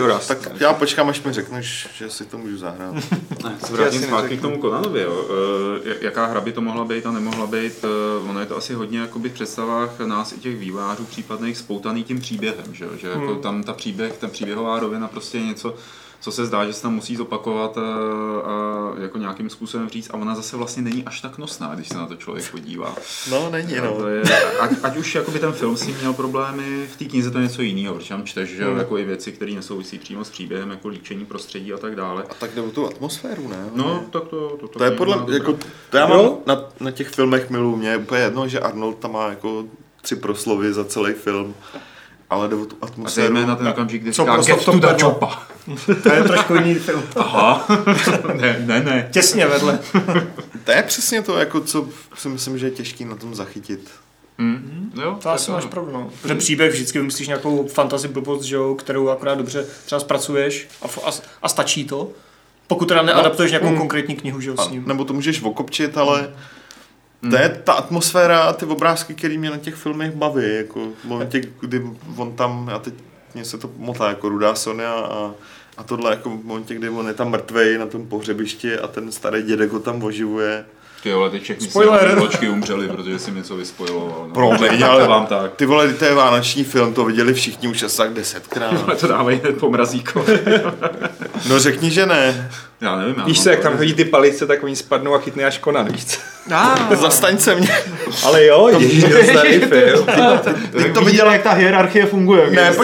[SPEAKER 1] až mi řekneš, že si to můžu zahrát.
[SPEAKER 3] Se vrátím zpátky k tomu Conanovi, jo. Jaká hra by to mohla být a nemohla být, ono je to asi hodně jakoby v představách nás i těch vývojářů případných spoutaný tím příběhem, že jako tam ta příběhová rovina prostě je něco, co se zdá, že se tam musí zopakovat a jako nějakým způsobem říct a ona zase vlastně není až tak nosná, když se na to člověk podívá.
[SPEAKER 1] No, není, no.
[SPEAKER 3] To je, ať už jakoby ten film s ním měl problémy, v té knize to je něco jiného, protože tam čteš, že jako i věci, které nesouvisí přímo s příběhem, jako líčení prostředí a tak dále.
[SPEAKER 1] A tak jde o tu atmosféru, ne?
[SPEAKER 3] No, tak
[SPEAKER 1] to je podle, jako, to já mám na těch filmech miluji, mě je úplně jedno, že Arnold tam má jako 3 proslovy za celý film. Ale jde o tu atmosféru.
[SPEAKER 3] A zejména ten okamžik, kdy
[SPEAKER 2] říká get to the chopper. To je trošku jiný film.
[SPEAKER 3] Aha. ne.
[SPEAKER 2] Těsně vedle.
[SPEAKER 1] To je přesně to, jako co si myslím, že je těžký na tom zachytit.
[SPEAKER 3] Jo,
[SPEAKER 2] to asi máš pravdu. No. Protože příběh vždycky vymyslíš nějakou fantasy blbost, že jo, kterou akorát dobře třeba zpracuješ a stačí to. Pokud teda neadaptuješ nějakou konkrétní knihu, že jo, s ním.
[SPEAKER 1] Nebo to můžeš okopčit, ale to je ta atmosféra a ty obrázky, které mě na těch filmech baví, jako v momentě, kdy on tam, a teď mě se to motá, jako Rudá Sonia a tohle, jako v momentě, kdy on je tam mrtvej na tom pohřebišti a ten starý dědek ho tam oživuje.
[SPEAKER 3] Ty vole, teď všechny vločky umřeli, protože jsem něco vyspojiloval. No.
[SPEAKER 1] Promiň, ale vám tak. Ty vole, to je vánoční film, to viděli všichni už asi tak 10krát.
[SPEAKER 3] To dávají hned po mrazíkovi.
[SPEAKER 1] No řekni, že ne.
[SPEAKER 3] Já nevím.
[SPEAKER 4] Víš se, jak tam hodí ty palice, tak oni spadnou a chytne až Conan, víš co?
[SPEAKER 1] Zastaň se mě.
[SPEAKER 4] Ale jo, ježiš, to starý film.
[SPEAKER 1] Ty to viděla,
[SPEAKER 2] jak ta hierarchie funguje.
[SPEAKER 1] Ne,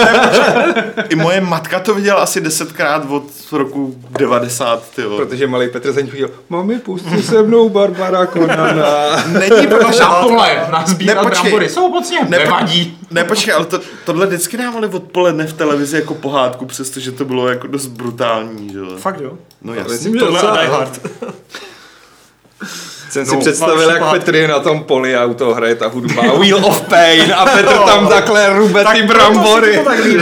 [SPEAKER 1] i moje matka to viděla asi 10krát od roku 90, tyjo.
[SPEAKER 4] Protože malý Petr za ní chodil, mami, pusti se mnou Barbara Conana.
[SPEAKER 1] Není, protože
[SPEAKER 3] Apole, nazbírat brambory, jsou mocně, nevadí.
[SPEAKER 1] Ne, počkej, ale tohle vždycky dávali odpoledne v televizi jako pohádku, přestože to bylo jako dost brutální, že jo.
[SPEAKER 2] Fakt jo?
[SPEAKER 1] No jasně.
[SPEAKER 4] Myslím, že
[SPEAKER 2] tohle a Die Hard.
[SPEAKER 4] Jsem si představil, jak Petr je na tom poli a u toho hraje ta hudba Wheel of Pain a Petr tam takhle rube ty brambory.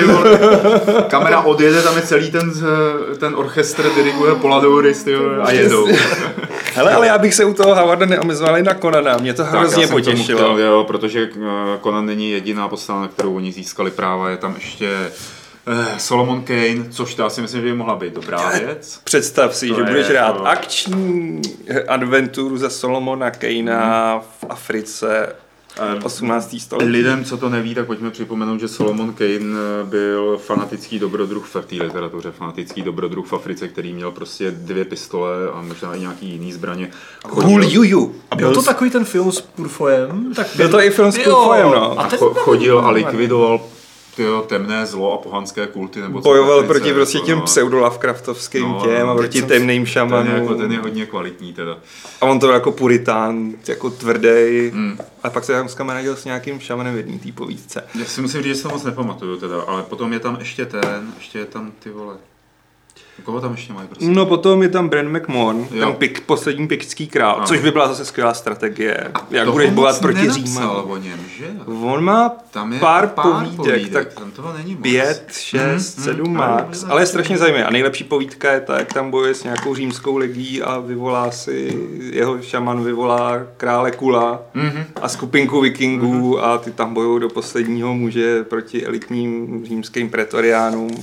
[SPEAKER 3] Kamera odjede, tam je celý ten orchestr, diriguje Poladouris a jedou.
[SPEAKER 4] Hele, ale já bych se u toho Howarda neomezoval i na Conana, mě to hrozně potěšilo.
[SPEAKER 3] Chtěl, jo, protože Conan není jediná postava, na kterou oni získali práva, je tam ještě Solomon Kane, což já si myslím, že by mohla být dobrá věc.
[SPEAKER 4] Představ si, že budeš hrát akční adventuru za Solomona Kanea v Africe 18. století.
[SPEAKER 3] Lidem, co to neví, tak pojďme připomenout, že Solomon Kane byl fanatický dobrodruh v té literatuře, fanatický dobrodruh v Africe, který měl prostě 2 pistole a možná i nějaký jiný zbraně.
[SPEAKER 4] Cool Juju.
[SPEAKER 2] A byl to takový ten film s Purfoyem?
[SPEAKER 4] Byl to i film s Purfoyem, no.
[SPEAKER 3] A chodil a likvidoval temné zlo a pohanské kulty. Nebo
[SPEAKER 4] bojoval proti prostě těm pseudo-Lovecraftovským těm a proti temným šamanům.
[SPEAKER 3] Ten je hodně kvalitní teda.
[SPEAKER 4] A on to byl jako puritán, jako tvrdý. A pak se tam s kamarádil s nějakým šamanem v jedný té povídce.
[SPEAKER 3] Já si musím říct, že se to moc nepamatuju teda, ale potom je tam ještě je tam ty vole. Koho tam ještě mají, prosím?
[SPEAKER 4] No potom je tam Bran McMahon, ten poslední piktský král, což by byla zase skvělá strategie. Jak budeš bojovat proti Římanu. On má pár povídek, tak
[SPEAKER 3] tam toho není moc.
[SPEAKER 4] 5, 6, 7 max, ale je strašně zajímavé. A nejlepší povídka je ta, jak tam bojuje s nějakou římskou legií a vyvolá si, jeho šaman vyvolá krále Kula a skupinku vikingů a ty tam bojují do posledního muže proti elitním římským pretoriánům.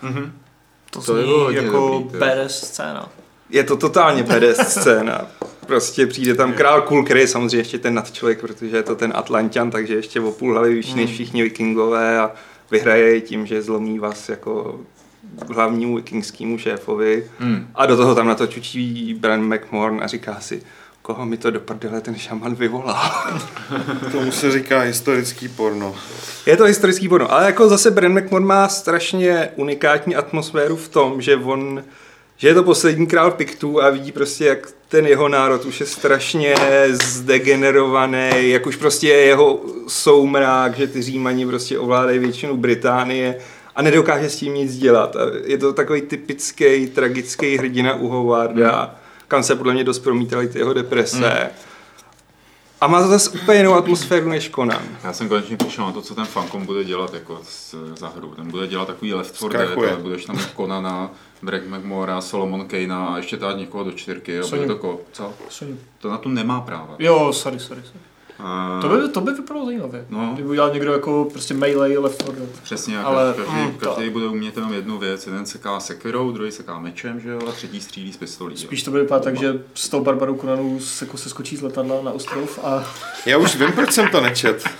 [SPEAKER 2] To zní jako badass scéna.
[SPEAKER 4] Je to totálně badass scéna. Prostě přijde tam král Kul, který je samozřejmě ještě ten nadčlověk, protože je to ten Atlanťan, takže ještě o půl hlavy vyšší než všichni vikingové a vyhraje tím, že zlomí vás jako hlavnímu vikingskému šéfovi. A do toho tam na to čučí Bran McMahon a říká si, koho mi to do prdele ten šaman vyvolá.
[SPEAKER 1] Tomu se říká historický porno.
[SPEAKER 4] Je to historický porno, ale jako zase Bran McMahon má strašně unikátní atmosféru v tom, že je to poslední král Piktů a vidí prostě, jak ten jeho národ už je strašně zdegenerovaný, jak už prostě je jeho soumrák, že ty Římani prostě ovládají většinu Británie a nedokáže s tím nic dělat. A je to takový typický tragický hrdina u Howarda, kam se podle mě dost promítaly ty jeho deprese. A má to zase úplně jinou atmosféru než Conan.
[SPEAKER 3] Já jsem konečně přišel na to, co ten Funcom bude dělat jako za hru. Ten bude dělat takový Left 4 Dead, budeš tam mít Conana, Greg McMora, Solomon Kane'a a ještě dát někoho do 4. A bude to co? To na to nemá práva.
[SPEAKER 2] Jo, sorry. To by vypadalo zajímavě. No. Kdyby udělal někdo jako prostě melee, Left 4 Dead.
[SPEAKER 3] Přesně, každý bude umět jenom jednu věc. Jeden seká sekirou, druhý seká mečem, že jo, a třetí střílí z pistolí.
[SPEAKER 2] Spíš to bude vypadat tak, že s tou Barbarou Conanů se skočí z letadla na ostrov a...
[SPEAKER 1] Já už vím, proč jsem to nečet.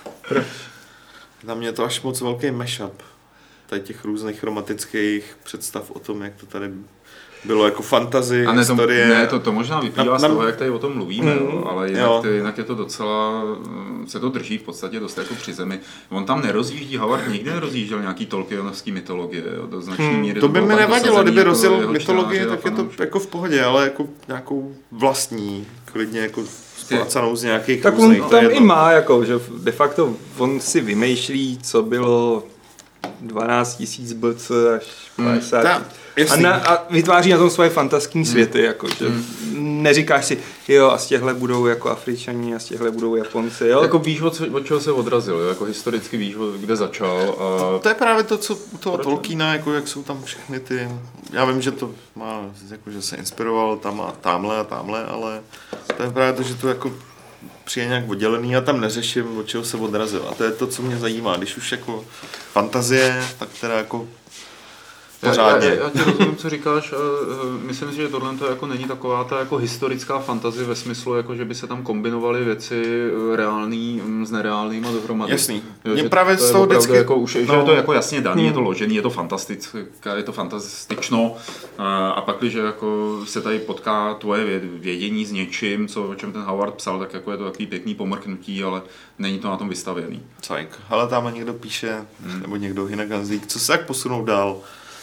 [SPEAKER 1] Na mě je to až moc velký mashup. Tady těch různých romantických představ o tom, jak to tady bylo jako fantasy, historie.
[SPEAKER 3] To možná vyplývá z toho, jak tady o tom mluvíme, ale jinak je to docela, se to drží v podstatě dost jako při zemi. On tam nerozjíždí, Howard nikdy nerozjížděl nějaký Tolkienovský mytologie, do značné míry.
[SPEAKER 1] To by mi nevadilo, kdyby rozjel mytologii, tak je to jako v pohodě, ale jako nějakou vlastní, klidně jako splácanou z nějakých
[SPEAKER 4] tak různých. Tak on tam i má, jako, že de facto on si vymýšlí, co bylo 12 000 BC až 50 a vytváří na tom svoje fantastické světy, jako, že neříkáš si, jo, a z těchhle budou jako Afričani a z těchhle budou Japonci, jo.
[SPEAKER 3] Jako víš, od čeho se odrazil, jako historicky víš, kde začal. A...
[SPEAKER 1] To je právě to, co u toho Tolkiena, jako jak jsou tam všechny ty, já vím, že to má, jako, že se inspiroval tam a tamhle, ale to je právě to, že to jako přijde nějak oddělený a tam neřeším, od čeho se odrazil. A to je to, co mě zajímá. Když už jako fantazie, tak teda jako pořádně.
[SPEAKER 3] Já ti rozumím, co říkáš. Myslím si, že tohle to jako není taková ta jako historická fantazie ve smyslu, jako, že by se tam kombinovaly věci reální s nereálnýma dohromady.
[SPEAKER 1] Jasný. Mě právě z toho vždycky...
[SPEAKER 3] Jako už, že je to jako jasně daný, je to ložený, je to fantastično. A pak, když jako se tady potká tvoje vědění s něčím, o čem ten Howard psal, tak jako je to takový pěkný pomrknutí, ale není to na tom vystavěný.
[SPEAKER 1] Cajk. Ale tam někdo píše, nebo někdo Hinek Hanzlík, co se jak posunou dál?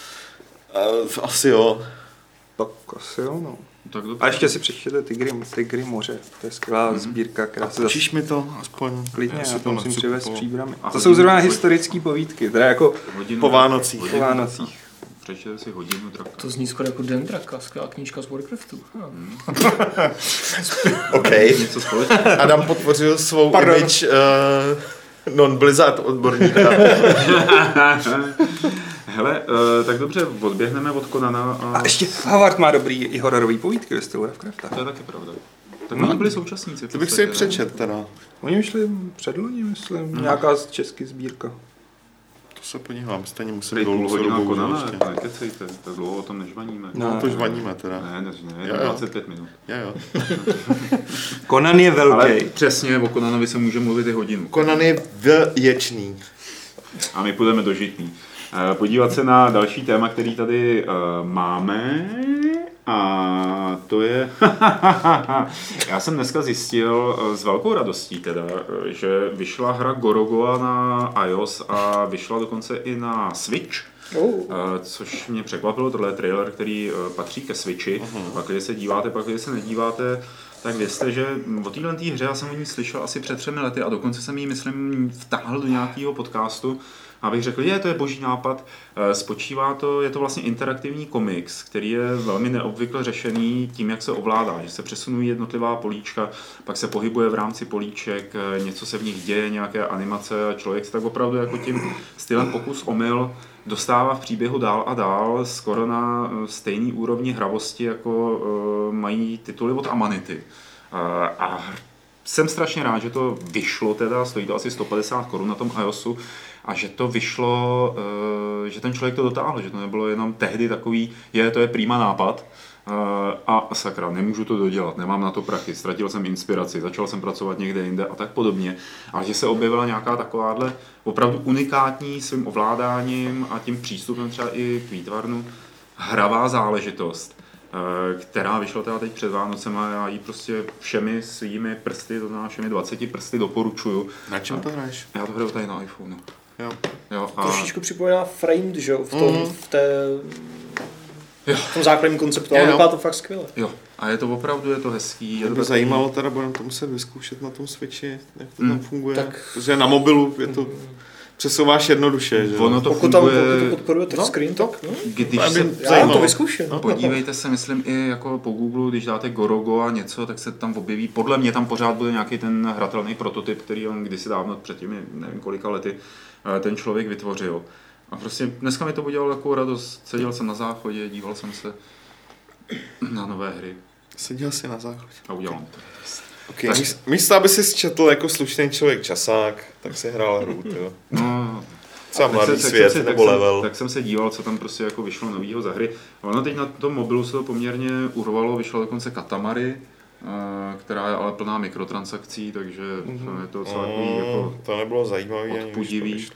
[SPEAKER 1] Asi jo.
[SPEAKER 4] Tak asi jo, no.
[SPEAKER 3] Tak
[SPEAKER 4] a ještě si přečtěte Tygry moře. To je skvělá sbírka, která se
[SPEAKER 1] Učíš mi to aspoň?
[SPEAKER 4] Klidně, já to musím přivést příbramy. To jsou zrovna historické povídky, teda jako
[SPEAKER 1] po Vánocích.
[SPEAKER 3] Přečtěte si Hodinu draka.
[SPEAKER 2] To zní skoro jako Den draka, skvělá knížka z Warcraftu.
[SPEAKER 1] OK.
[SPEAKER 3] Něco společného.
[SPEAKER 1] Adam potvořil svou image non-Blizzard odborníka.
[SPEAKER 3] Hele, tak dobře, odběhneme od Conana
[SPEAKER 4] a ještě Howard má dobrý i hororový povídky ve stylu Lovecrafta.
[SPEAKER 3] To je taky pravda. Tak oni byli současníci.
[SPEAKER 1] To bych si je přečet teda.
[SPEAKER 4] Oni vyšli předloni, myslím, nějaká český sbírka.
[SPEAKER 1] To se podívám, stejně musím
[SPEAKER 3] dolů hodina Conana, nekecejte, tak dlouho o tom nežvaníme.
[SPEAKER 1] No, to žvaníme teda.
[SPEAKER 3] Ne, 25 minut.
[SPEAKER 1] Jo.
[SPEAKER 4] Conan je velký.
[SPEAKER 3] Ale přesně, o Conanovi se může mluvit i hodinu.
[SPEAKER 1] Conan je věčný.
[SPEAKER 3] A my půjdeme do Žitný. Podívat se na další téma, který tady máme, a to je, já jsem dneska zjistil s velkou radostí teda, že vyšla hra Gorogoa na iOS a vyšla dokonce i na Switch. Což mě překvapilo, tohle je trailer, který patří ke Switchi, pak když se díváte, pak když se nedíváte, tak vězte, že o téhle hře já jsem o ní slyšel asi před 3 lety a dokonce jsem ji, myslím, vtáhl do nějakého podcastu, abych řekl, to je boží nápad, je to vlastně interaktivní komiks, který je velmi neobvykle řešený tím, jak se ovládá, že se přesunují jednotlivá políčka, pak se pohybuje v rámci políček, něco se v nich děje, nějaké animace a člověk se tak opravdu jako tím stylem pokus omyl dostává v příběhu dál a dál, skoro na stejný úrovni hravosti, jako mají tituly od Amanity. A jsem strašně rád, že to vyšlo teda, stojí to asi 150 Kč na tom iOSu, a že to vyšlo, že ten člověk to dotáhl, že to nebylo jenom tehdy takový, to je prima nápad, a sakra, nemůžu to dodělat, nemám na to prachy, ztratil jsem inspiraci, začal jsem pracovat někde jinde a tak podobně. A že se objevila nějaká takováhle opravdu unikátní svým ovládáním a tím přístupem třeba i k výtvarnu hravá záležitost, která vyšla teda teď před Vánocem a já ji prostě všemi svými prsty, to znamená všemi 20 prsty doporučuju.
[SPEAKER 1] Na čem to hraješ?
[SPEAKER 3] Já to hraju tady na iPhoneu. Jo, a...
[SPEAKER 2] Trošičku připomíná Framed, že jo, v tom základním konceptu, ale vypadá to fakt skvěle.
[SPEAKER 3] Jo, a je to opravdu, je to hezký.
[SPEAKER 1] Mě by zajímalo, teda budeme to muset vyzkoušet na tom Switchi, jak to tam funguje. Protože na mobilu je to přesouváš jednoduše, že?
[SPEAKER 3] Ono to
[SPEAKER 2] Pokud tam
[SPEAKER 3] funguje...
[SPEAKER 2] to podporuje touchscreen, tak
[SPEAKER 3] Když
[SPEAKER 2] já to vyzkouším.
[SPEAKER 3] Podívejte se, myslím i jako po Google, když dáte Gorogo a něco, tak se tam objeví. Podle mě tam pořád bude nějaký ten hratelný prototyp, který on kdysi dávno před těmi nevím kolika lety ten člověk vytvořil. A prostě dneska mi to udělalo takovou radost. Seděl jsem na záchodě, díval jsem se na nové hry.
[SPEAKER 1] Seděl jsi na záchodě.
[SPEAKER 3] A udělám to.
[SPEAKER 1] Okay. Místo, aby si četl jako slušný člověk časák, tak si hrál hru, jo.
[SPEAKER 3] No,
[SPEAKER 1] třeba Mladý svět nebo Level.
[SPEAKER 3] Tak jsem se díval, co tam prostě jako vyšlo novýho za hry. Ono teď na tom mobilu se to poměrně urvalo, vyšlo dokonce Katamari, která je ale plná mikrotransakcí, takže je to docela jako
[SPEAKER 1] to nebylo zajímavé,
[SPEAKER 3] odpudivý.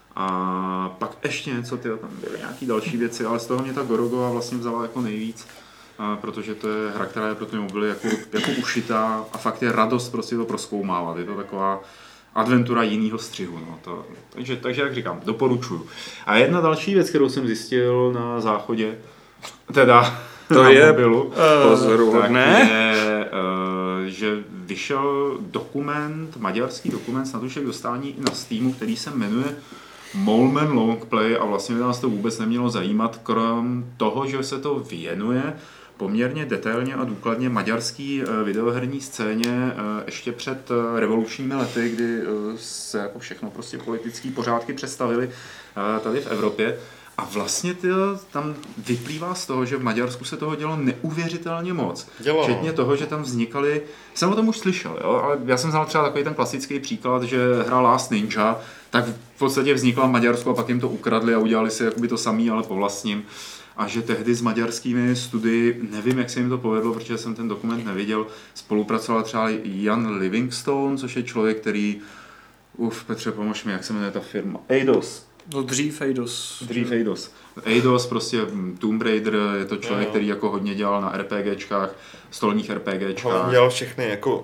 [SPEAKER 3] A pak ještě něco, tam byly nějaký další věci, ale z toho mě ta Gorogoa vlastně vzala jako nejvíc, protože to je hra, která je pro ty mobily jako ušitá a fakt je radost prostě to prozkoumávat. Je to taková adventura jinýho střihu. No, takže jak říkám, doporučuju. A jedna další věc, kterou jsem zjistil na záchodě, teda
[SPEAKER 4] to
[SPEAKER 3] na
[SPEAKER 4] je
[SPEAKER 3] mobilu,
[SPEAKER 4] pozoruhodné,
[SPEAKER 3] je, že vyšel maďarský dokument, snad už je k dostání i na Steamu, který se jmenuje Molmen Longplay a vlastně by nás to vůbec nemělo zajímat, krom toho, že se to věnuje poměrně detailně a důkladně maďarský videoherní scéně ještě před revolučními lety, kdy se jako všechno prostě politické pořádky přestavily tady v Evropě. A vlastně tam vyplývá z toho, že v Maďarsku se toho dělo neuvěřitelně moc. Včetně toho, že tam vznikaly, jsem o tom už slyšel, jo? Ale já jsem znal třeba takový ten klasický příklad, že hra Last Ninja, tak v podstatě vznikla v Maďarsku a pak jim to ukradli a udělali si jakoby to samý, ale po vlastním. A že tehdy s maďarskými studii, nevím, jak se jim to povedlo, protože jsem ten dokument neviděl, spolupracoval třeba Jan Livingstone, což je člověk, který, Petře, pomož mi, jak se jmenuje ta firma? Eidos.
[SPEAKER 2] No dřív Eidos.
[SPEAKER 3] Eidos, prostě Tomb Raider, je to člověk, který jako hodně dělal na RPGčkách, stolních RPGčkách.
[SPEAKER 1] On dělal všechny jako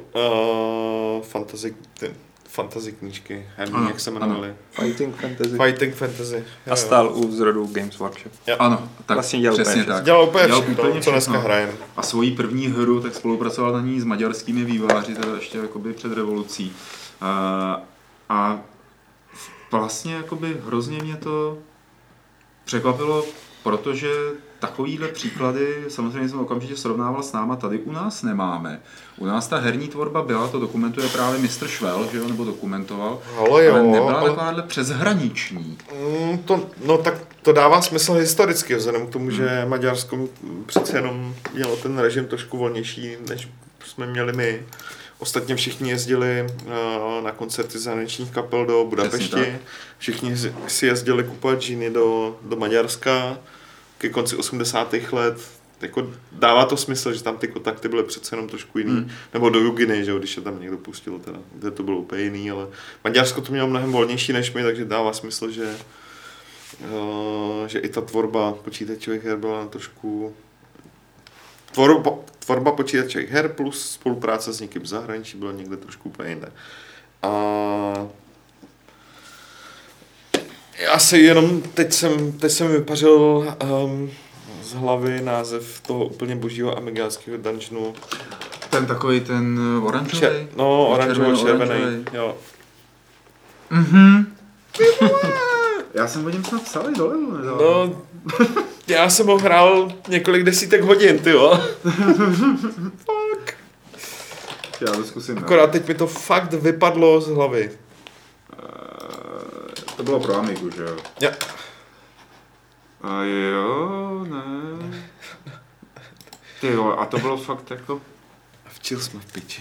[SPEAKER 1] fantasy knížky, herní, jak se jmenovali.
[SPEAKER 4] Fighting Fantasy. A stál u zrodu Games Workshop.
[SPEAKER 3] Ano, tak
[SPEAKER 4] vlastně dělal
[SPEAKER 3] přesně tak.
[SPEAKER 1] Dělal úplně všechno, co dneska hrajeme.
[SPEAKER 3] A svoji první hru tak spolupracoval na ní s maďarskými vývojáři, teda ještě jakoby před revolucí. A vlastně jakoby hrozně mě to překvapilo, protože takovýhle příklady samozřejmě jsem okamžitě srovnával s náma, tady u nás nemáme. U nás ta herní tvorba byla, to dokumentuje právě Mr. Švel, že jo, nebo dokumentoval, ale nebyla takováhle přeshraniční.
[SPEAKER 1] Tak to dává smysl historicky, vzhledem k tomu, že Maďarsko přece jenom mělo ten režim trošku volnější, než jsme měli my. Ostatně všichni jezdili na koncerty zahraničních kapel do Budapešti, všichni si jezdili kupovat džíny do Maďarska ke konci 80. let. Jako dává to smysl, že tam ty kontakty byly přece jenom trošku jiný. Nebo do Juginy, že když se tam někdo pustil, teda, kde to bylo úplně jiný, ale Maďarsko to mělo mnohem volnější než my, takže dává smysl, že i ta tvorba počítačových her byla trošku... Tvorba počítačových her plus spolupráce s někým v zahraničí byla někde trošku úplně jinde. A já si jenom teď jsem vypařil z hlavy název toho úplně božího amigánského dungeonu.
[SPEAKER 3] Ten takový ten oranžový?
[SPEAKER 1] Oranžovo-červený, jo.
[SPEAKER 3] Já jsem o něm snad psal i dole,
[SPEAKER 1] no, já jsem ho hrál několik desítek hodin, tyjo. Fuck.
[SPEAKER 3] Já to zkusím.
[SPEAKER 1] Akorát teď mi to fakt vypadlo z hlavy.
[SPEAKER 3] To bylo pro Amigu, že jo?
[SPEAKER 1] Ja.
[SPEAKER 3] A jo, ne. Ty jo, a to bylo fakt jako...
[SPEAKER 1] Včil jsme v piči.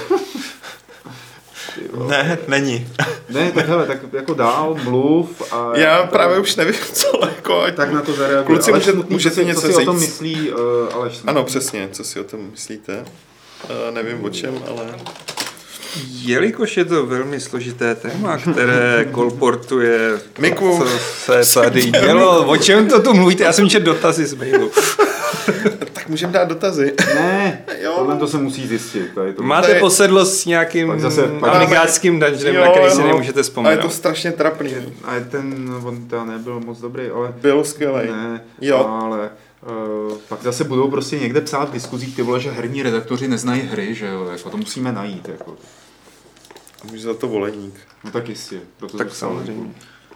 [SPEAKER 1] Ne, není.
[SPEAKER 3] Ne, tak hele, tak jako dál, mluv a...
[SPEAKER 1] Já právě už nevím, co jako...
[SPEAKER 3] Tak na to zareaguji.
[SPEAKER 1] Kluci, můžete něco říct.
[SPEAKER 3] Co si o tom myslí Aleš Smutný?
[SPEAKER 1] Ano, přesně, co si o tom myslíte. Nevím o čem, ale...
[SPEAKER 4] Jelikož je to velmi složité téma, které kolportuje
[SPEAKER 1] Miku,
[SPEAKER 4] co se tady dělo, o čem to tu mluvíte? Já jsem četl dotazy z mailu.
[SPEAKER 1] Tak můžeme dát dotazy.
[SPEAKER 3] Ne, tohle to se musí zjistit.
[SPEAKER 4] Máte posedlost s nějakým amigánským dungeonem, na který si nemůžete vzpomenout.
[SPEAKER 1] A je to strašně trapný.
[SPEAKER 3] A on to nebyl moc dobrý, ale...
[SPEAKER 1] Byl skvělej.
[SPEAKER 3] Ne,
[SPEAKER 1] jo.
[SPEAKER 3] Ale... pak zase budou prostě někde psát v diskuzích, ty vole, že herní redaktoři neznají hry, že jo, jako to musíme najít, jako.
[SPEAKER 1] Může za to voleník.
[SPEAKER 3] No tak jistě.
[SPEAKER 4] Tak samozřejmě.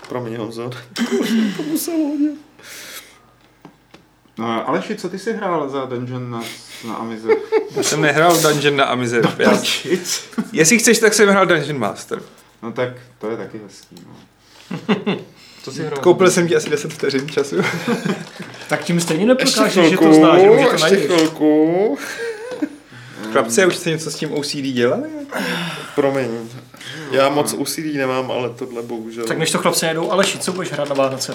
[SPEAKER 1] Promiň, Honzo. To musel hodit.
[SPEAKER 3] No, Aleši, co ty jsi hrál za Dungeon na Amize?
[SPEAKER 4] Já jsem nehrál Dungeon na Amize. Jestli chceš, tak jsem hrál Dungeon Master.
[SPEAKER 3] No tak, to je taky hezký, no. Co jsi hrál?
[SPEAKER 4] Koupil jsem ti asi 10 vteřin času.
[SPEAKER 2] Tak tím stejně neprokážeš, že to znáš, že to
[SPEAKER 1] ještě chvilku.
[SPEAKER 4] Chlapci, už jste něco s tím OCD dělali?
[SPEAKER 1] Promiň. Já moc úsilí nemám, ale tohle bohužel.
[SPEAKER 2] Tak než to chlapci najdou, Aleši, co budeš hrát na Vánoce?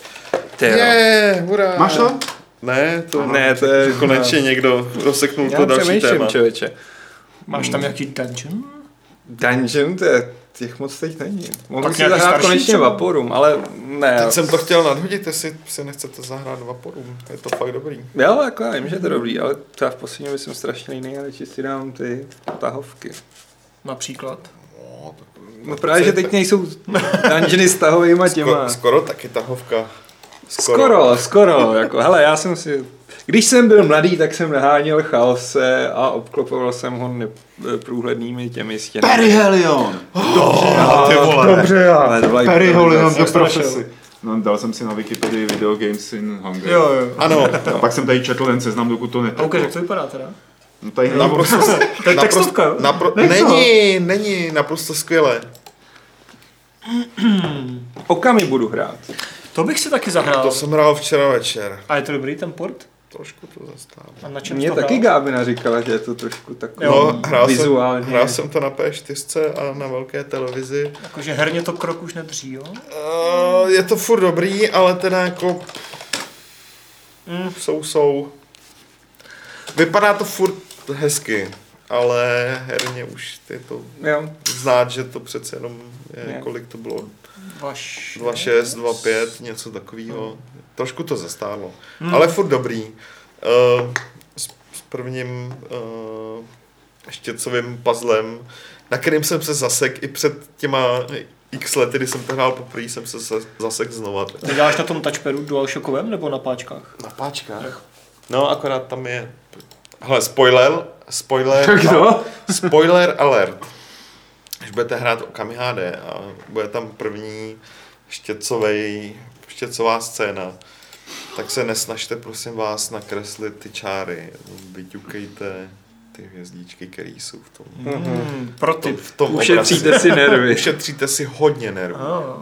[SPEAKER 1] Hurá.
[SPEAKER 3] Máš to?
[SPEAKER 1] Ne,
[SPEAKER 4] to je...
[SPEAKER 1] konečně někdo rozseknul to další téma.
[SPEAKER 4] Člověče.
[SPEAKER 2] Máš tam nějaký dungeon?
[SPEAKER 4] Dungeon, to je... Těch moc teď není. Mohl
[SPEAKER 2] Tak
[SPEAKER 4] si zahrát konečně Vaporum, ale ne.
[SPEAKER 1] Teď jsem to chtěl nadhodit, jestli si nechcete zahrát Vaporum. Je to fakt dobrý.
[SPEAKER 4] Jo, jako já vím, že to je dobrý, ale třeba v poslední době jsem strašně líný, ale si dám ty tahovky.
[SPEAKER 2] Například?
[SPEAKER 4] No právě, že teď nejsou dungeony s tahovejma těma.
[SPEAKER 1] Skoro taky tahovka.
[SPEAKER 4] Skoro, jako, hele, já jsem si... Když jsem byl mladý, tak jsem naháněl chaose a obklopoval jsem ho neprůhlednými těmi stěnami.
[SPEAKER 3] Perihelion!
[SPEAKER 2] Dobře,
[SPEAKER 3] Perihelion do profesy. No, dal jsem si na Wikipedii Video Games in Hungary.
[SPEAKER 2] Jo.
[SPEAKER 1] Ano.
[SPEAKER 3] A pak jsem tady četl ten seznam, dokud to neteklo.
[SPEAKER 2] A ukáž, jak to vypadá teda?
[SPEAKER 3] No tady
[SPEAKER 2] To je textovka, jo?
[SPEAKER 1] Není, naprosto skvělé.
[SPEAKER 4] Okami budu hrát.
[SPEAKER 2] To bych si taky zahrál.
[SPEAKER 1] To jsem hrál včera večer.
[SPEAKER 2] A je to dobrý ten port?
[SPEAKER 1] Trošku to zastává.
[SPEAKER 2] A na čem
[SPEAKER 4] Mně
[SPEAKER 2] to
[SPEAKER 4] taky
[SPEAKER 2] hrál?
[SPEAKER 4] Gábina říkala, že je to trošku takový vizuálně.
[SPEAKER 1] Hrál jsem to na P4 a na velké televizi.
[SPEAKER 2] Jakože herně to krok už nedrží, jo?
[SPEAKER 1] Je to furt dobrý, ale teda jako... Jsou. Vypadá to furt hezky, ale herně už je to znát, že to přece jenom je, kolik to bylo. 2.6, 2.5, něco takového. Trošku to zastárlo. Ale furt dobrý. S prvním štětcovým puzzlem, na kterým jsem se zasek i před těma x lety, kdy jsem to hrál poprvé, jsem se zasek znova.
[SPEAKER 2] Ty děláš na tom touchpadu DualShockovém nebo na páčkách?
[SPEAKER 1] Na páčkách. No, akorát tam je... Hele, spoiler alert. Když budete hrát Okami HD a bude tam první štětcová scéna, tak se nesnažte, prosím vás, nakreslit ty čáry. Vyťukejte ty hvězdičky, které jsou v tom. V tom
[SPEAKER 4] ušetříte si nervy.
[SPEAKER 1] Ušetříte si hodně nervů.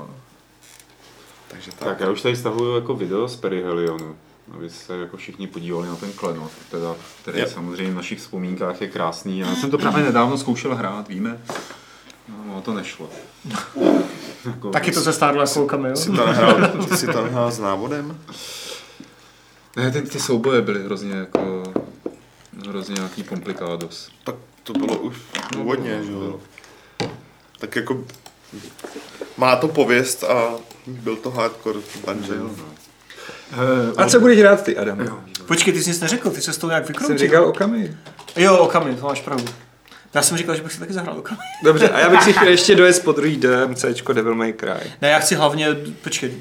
[SPEAKER 1] Takže
[SPEAKER 3] tak já už tady stahuju jako video z Perihelionu, aby se jako všichni podívali na ten klenot, teda, který samozřejmě v našich vzpomínkách je krásný. Já jsem to právě nedávno zkoušel hrát, víme? No, to nešlo.
[SPEAKER 2] Jako, taky to se stárlo jako Okami, jo?
[SPEAKER 1] Ty jsi to nehrál s návodem?
[SPEAKER 3] Ne, ty souboje byly hrozně nějaký komplikádos.
[SPEAKER 1] Tak to bylo už původně, že jo? Tak jako má to pověst a byl to hardcore dungeon.
[SPEAKER 4] A co budeš hrát ty, Adam?
[SPEAKER 2] Počkej, ty jsi nic neřekl, ty se s tou nějak vykroutil.
[SPEAKER 4] Jsem říkal Okami.
[SPEAKER 2] Jo, Okami, to máš pravdu. Já jsem říkal, že bych si taky zahrál Okami.
[SPEAKER 4] Dobře, a já bych si chtěl ještě dojet po druhý DMCčko Devil May Cry.
[SPEAKER 2] Ne, já chci hlavně, počkej,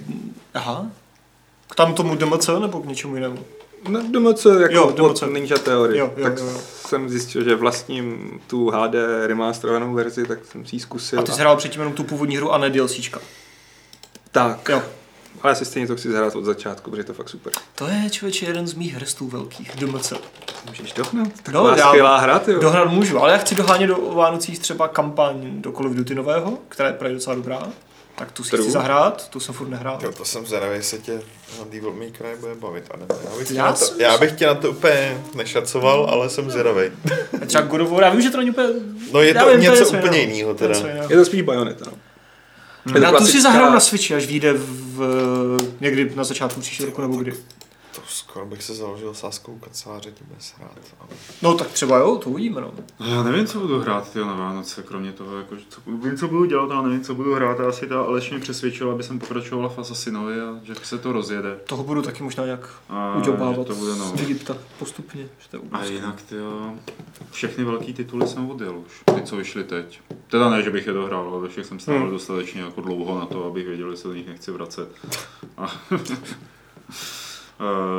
[SPEAKER 2] k tam tomu DMC nebo k něčemu jinému?
[SPEAKER 4] No DMC jako pod Ninja Theory. Jo. Jsem zjistil, že vlastním tu HD remasterovanou verzi, tak jsem si ji zkusil.
[SPEAKER 2] A ty jsi hrál předtím jenom tu původní hru a ne DLCčka.
[SPEAKER 4] Tak. Jo. Ale já si stejně to chci zahrát od začátku, protože je to fakt super.
[SPEAKER 2] To je, člověče, jeden z mých hrstů velkých, DMC.
[SPEAKER 4] Můžeš dohnat? Taková skvělá hra, ty jo.
[SPEAKER 2] Dohnat můžu, ale já chci dohánět do Vánocích třeba kampaň do Call of Duty nového, která je právě docela dobrá. Tak tu si chci zahrát, tu jsem furt nehrál.
[SPEAKER 1] Jo, to jsem zvědavý, jestli tě Devil May Cry bude bavit. Já bych tě na to úplně nešacoval, ale jsem zvědavý.
[SPEAKER 2] Třeba God of War, já vím, že to není úplně...
[SPEAKER 1] No je to něco úplně jiného teda.
[SPEAKER 4] Je to spíš Bayonetta.
[SPEAKER 2] Já tu si zahraju na Switchi, až vyjde někdy na začátku příštího roku nebo kdy.
[SPEAKER 1] To skoro bych se založil sáskou kanceláře, tím bez hrát. Ale...
[SPEAKER 2] No tak třeba jo, to uvidíme, no.
[SPEAKER 3] Já nevím, co budu hrát na Vánoce, kromě toho, jako, vím, co budu dělat, ale nevím, co budu hrát. A asi ta Aleš mě přesvědčila, aby jsem pokračoval v Assassinovi a že se to rozjede.
[SPEAKER 2] Toho budu taky možná nějak udělbávat
[SPEAKER 3] z
[SPEAKER 2] Egypta postupně.
[SPEAKER 3] A jinak, tyjo, všechny velký tituly jsem odjel už, ty, co vyšly teď. Teda ne, že bych je dohrál, ale všech jsem stál dostatečně jako dlouho na to, abych věděl, že se do nich nechci vracet.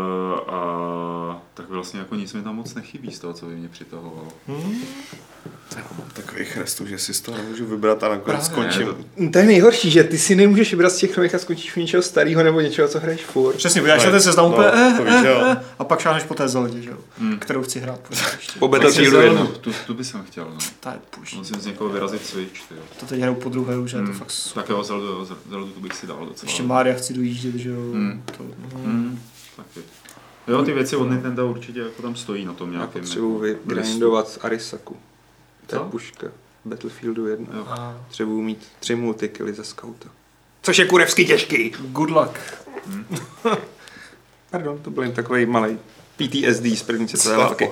[SPEAKER 3] A tak vlastně jako nic mi tam moc nechybí z toho, co by mě přitahovalo.
[SPEAKER 1] Já mám takový chrestů, že si z toho nemůžu vybrat a nakonec skončím.
[SPEAKER 4] To je nejhorší, že ty si nemůžeš vybrat z těch nových a skončíš u něčeho starého nebo něčeho, co hraješ furt.
[SPEAKER 2] Přesně, uděláš ten seznam úplně a pak šáhneš po té Zeldě, že jo? Kterou chci hrát pořád ještě.
[SPEAKER 4] Po Battlefieldu 1.
[SPEAKER 3] Tu by jsem chtěl, no.
[SPEAKER 2] Ta je puš.
[SPEAKER 3] Musím z někoho vyrazit Switch, tyjo.
[SPEAKER 2] To teď hraju po druhé už, je to fakt
[SPEAKER 3] tak jo, Zeldu tu bych si dal docela.
[SPEAKER 2] ještě Mária chci dojíždět, že jo?
[SPEAKER 3] Taky. Jo, ty věci od Nintendo určitě jako tam stojí na tom nějakém.
[SPEAKER 4] Potřebuji vygrindovat Arisaku. To je
[SPEAKER 3] Co?
[SPEAKER 4] puška. Battlefieldu 1.
[SPEAKER 3] Jo.
[SPEAKER 4] Potřebuji mít 3 multikilly za skauta. Což je kurevsky těžký.
[SPEAKER 2] Good luck.
[SPEAKER 4] Pardon, to byl jen takový malý PTSD z první světové války.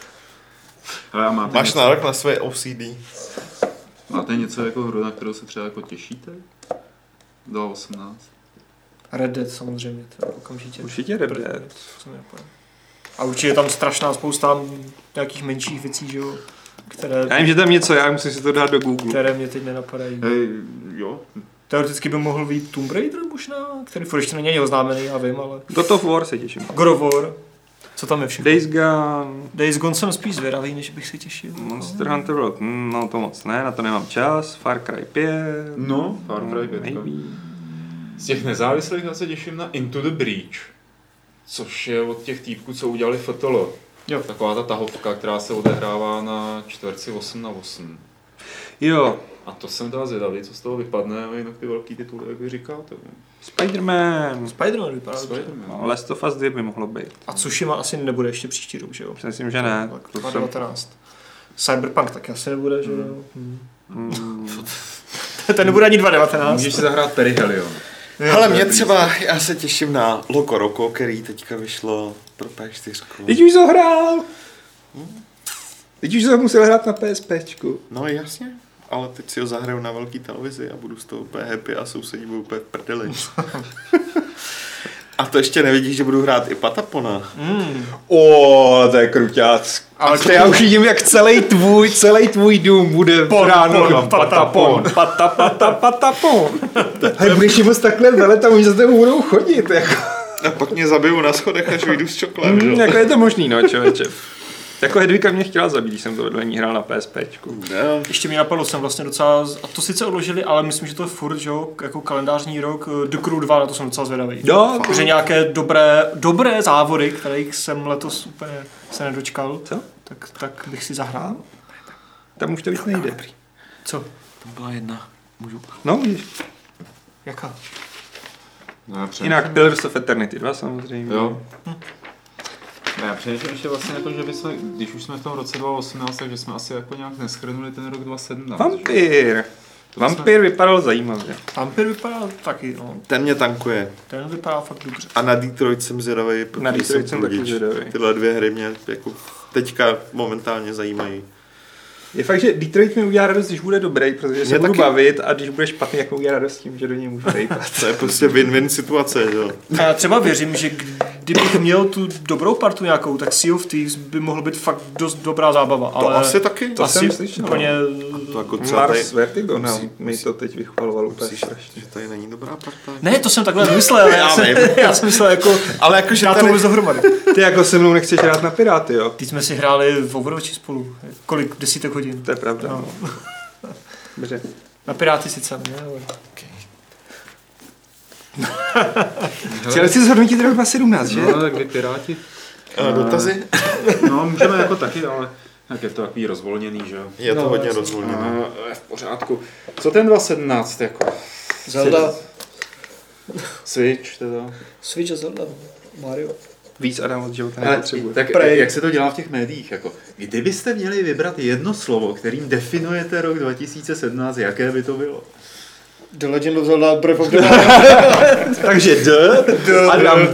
[SPEAKER 1] Máš nárok na své OCD.
[SPEAKER 3] Máte něco jako hru, na kterou se třeba jako těšíte? Do 18?
[SPEAKER 2] Red Dead samozřejmě, to je okamžitě.
[SPEAKER 4] Určitě Red Dead.
[SPEAKER 2] A určitě je tam strašná spousta nějakých menších věcí, že jo? Které,
[SPEAKER 4] Já vím, že tam něco, já musím si to dát do Google.
[SPEAKER 2] které mě teď nenapadají.
[SPEAKER 3] Jo.
[SPEAKER 2] Teoreticky by mohl být Tomb Raider možná, který furt ještě není oznámený, já vím, ale...
[SPEAKER 4] God of War se těším.
[SPEAKER 2] God of War. Co tam je všechno?
[SPEAKER 4] Days Gone.
[SPEAKER 2] Days Gone jsem spíš zvědavý, než bych se těšil.
[SPEAKER 4] Monster Hunter World, no to moc ne, na to nemám čas. Far Cry 5.
[SPEAKER 3] No, Far Cry 5. Z těch nezávislých já se těším na Into the Breach, což je od těch týpků, co udělali FTL.
[SPEAKER 2] Jo.
[SPEAKER 3] Taková ta tahovka, která se odehrává na čtverci 8x8.
[SPEAKER 4] Jo.
[SPEAKER 3] A to jsem teda zvědavý, co z toho vypadne, a jinak ty velký tituly, jak vy říkáte.
[SPEAKER 4] Spider-Man.
[SPEAKER 2] Spider-Man vypadá.
[SPEAKER 4] No, Last of Us 2 by mohlo být.
[SPEAKER 2] A Tsushima asi nebude ještě příští rok, že jo?
[SPEAKER 4] Myslím, že ne.
[SPEAKER 2] 2019. Cyberpunk taky asi nebude, že jo? Ten nebude ani 2019.
[SPEAKER 3] Můžeš si zahrát Perihelion.
[SPEAKER 1] Hele, mě třeba, já se těším na Loco Roco, který teďka vyšlo pro P4.
[SPEAKER 4] Teď už to hrál. Teď už to musel hrát na PSPčku.
[SPEAKER 1] No jasně, ale teď si ho zahraju na velký televizi a budu z toho úplně happy a sousedí budou úplně v prdeli. A to ještě nevidíš, že budu hrát i Patapona.
[SPEAKER 4] To je kruťác. Ale to já už vidím, jak celý tvůj dům bude ráno. Patapon. Patapon. Hej, budeš moc takhle velet a oni za tebou budou chodit. Jako.
[SPEAKER 1] A pak mě zabijou na schodech, až vyjdu s čoklem.
[SPEAKER 4] Jako je to možný, no, člověče. Jako Hedvika mě chtěla zabít, když jsem to vedle ní hrál na PSPčku.
[SPEAKER 2] Ještě mě napadlo, jsem vlastně docela, a to sice odložili, ale myslím, že to je furt, že jo, jako kalendářní rok, The Crew 2, na to jsem docela zvědavý.
[SPEAKER 4] Jo,
[SPEAKER 2] že nějaké dobré závody, kterých jsem letos úplně se nedočkal,
[SPEAKER 4] co?
[SPEAKER 2] Tak bych si zahrál.
[SPEAKER 4] Tam už to víc nejde.
[SPEAKER 2] Co?
[SPEAKER 1] Tam byla jedna. Můžu?
[SPEAKER 4] No, víš.
[SPEAKER 2] Jaká?
[SPEAKER 3] No,
[SPEAKER 4] jinak Pillars of Eternity 2 samozřejmě.
[SPEAKER 3] Jo. Já přemýšlím ještě vlastně jako, že bychom, když už jsme v tom roce 2018, takže jsme asi jako nějak neschrnuli ten rok 2017.
[SPEAKER 4] Vampír vypadal zajímavě.
[SPEAKER 2] Vampír vypadal taky, no.
[SPEAKER 1] Ten mě tankuje.
[SPEAKER 2] Ten vypadá fakt dobře.
[SPEAKER 1] A na Detroit jsem zvědavý, protože jsem taky zvědavý. Tyhle dvě hry mě jako teďka momentálně zajímají.
[SPEAKER 4] Je fakt, že Detroit mi udělá radost, když bude dobrý, protože se budu bavit, a když bude špatný, jak mi udělá radost tím, že do něj můžu rejpat.
[SPEAKER 1] To je prostě win-win situace, jo.
[SPEAKER 2] A já třeba věřím, že kdybych měl tu dobrou partu nějakou, tak Sea of Thieves by mohlo být fakt dost dobrá zábava.
[SPEAKER 1] To ale asi taky.
[SPEAKER 4] To jsem slyšel.
[SPEAKER 2] Úplně...
[SPEAKER 1] To jako třeba
[SPEAKER 4] Mars Vertigo, no, mi to teď vychvaloval úplně strašně.
[SPEAKER 1] Že tady není dobrá parta.
[SPEAKER 2] Ne, to jsem takhle myslel, já jsem myslel jako...
[SPEAKER 1] Ale jako, že
[SPEAKER 2] tady... to vůbec dohromady.
[SPEAKER 4] Ty jako se mnou nechceš hrát na Piráty, jo?
[SPEAKER 2] Teď jsme si hráli v Overwatchi spolu. Kolik? 10 hodin?
[SPEAKER 4] To je pravda.
[SPEAKER 2] No.
[SPEAKER 4] Dobře.
[SPEAKER 2] Na Piráty sice, ne? Ale...
[SPEAKER 4] Chtěli si zhodnotit rok 2017, že?
[SPEAKER 3] No, tak vy Piráti.
[SPEAKER 1] Dotazy?
[SPEAKER 3] No, můžeme jako taky, ale tak je to takový rozvolněný, že jo?
[SPEAKER 1] Je to hodně rozvolněný.
[SPEAKER 3] V pořádku. Co ten 2017 jako?
[SPEAKER 2] Zelda.
[SPEAKER 3] Switch teda.
[SPEAKER 2] Switch a Zelda. Mario.
[SPEAKER 4] Víc Adam od života nepotřebuje.
[SPEAKER 3] Tak jak se to dělá v těch médiích? Jako, kdybyste měli vybrat jedno slovo, kterým definujete rok 2017, jaké by to bylo?
[SPEAKER 2] The Legend of Zelda Breath of the Wild.
[SPEAKER 4] Takže Adam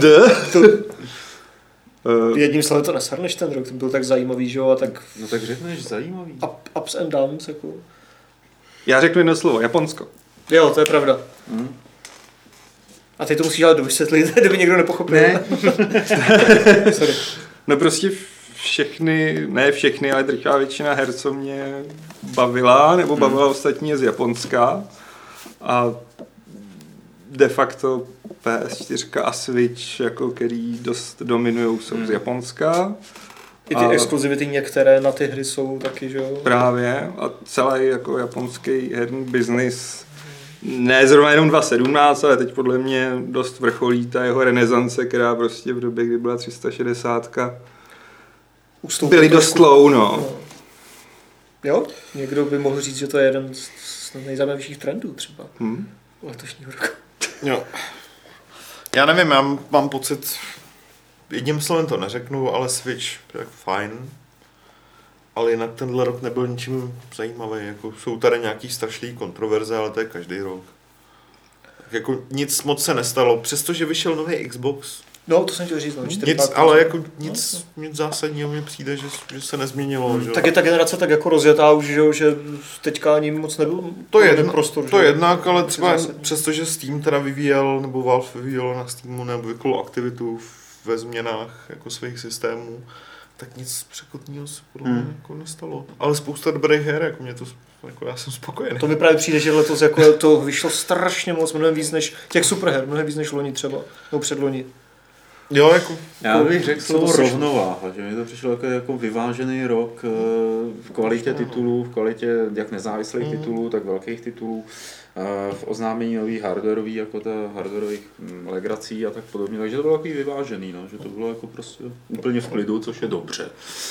[SPEAKER 2] Jedním slovem to neshrneš ten rok, to byl tak zajímavý, že jo, a tak...
[SPEAKER 3] No tak řekneš zajímavý.
[SPEAKER 2] Ups and downs, jako...
[SPEAKER 4] Já řeknu jedno slovo, Japonsko.
[SPEAKER 2] Jo, to je pravda. A ty to musíš ale dovysvětlit, kdyby někdo nepochopil.
[SPEAKER 4] Ne.
[SPEAKER 2] Sorry.
[SPEAKER 4] No prostě všechny, ne všechny, ale drtivá většina her, co mě bavila, nebo bavila ostatní z Japonska. A de facto PS4 a Switch, jako který dost dominujou, jsou z Japonska.
[SPEAKER 2] I ty exkluzivity některé na ty hry jsou taky, že jo?
[SPEAKER 4] Právě a celý jako japonský herní biznis, ne zrovna jenom 2017, ale teď podle mě dost vrcholí ta jeho renesance, která prostě v době, kdy byla 360, byly dost low, no.
[SPEAKER 2] Jo, někdo by mohl říct, že to je jeden z nejzajímavějších trendů třeba letošního roku.
[SPEAKER 1] Jo. Já nevím, já mám pocit, jedním slovem to neřeknu, ale Switch je fajn. Ale jinak tenhle rok nebyl ničím zajímavý. Jako jsou tady nějaký strašný kontroverze, ale to je každý rok. Tak jako nic moc se nestalo, přestože vyšel nový Xbox.
[SPEAKER 2] No, to jsem chtěl říct. No,
[SPEAKER 1] nic, ale jako nic zásadního mi přijde, že se nezměnilo. Že?
[SPEAKER 2] Tak je ta generace tak jako rozjetá už, že teďka ani moc nebyl prostor.
[SPEAKER 1] To jednak, ale třeba přestože Steam teda vyvíjel, nebo Valve vyvíjelo na Steamu neobvyklou aktivitu ve změnách jako svých systémů, tak nic překotného se podle mě jako nestalo. Ale spousta dobrých her, jako mě to, jako já jsem spokojený.
[SPEAKER 2] To mi právě přijde, že letos jako to vyšlo strašně moc, mnohem víc než těch superher, mnohem víc než loni třeba, nebo předloni.
[SPEAKER 1] Jo, jako...
[SPEAKER 3] Já bych řekl slovo rovnováha, že mi to přišlo jako vyvážený rok v kvalitě titulů, v kvalitě jak nezávislých titulů, tak velkých titulů, v oznámení nových hardwareových, jako hardwareových legrací a tak podobně, takže to bylo takový vyvážený, no, že to bylo jako prostě úplně v klidu, což je dobře.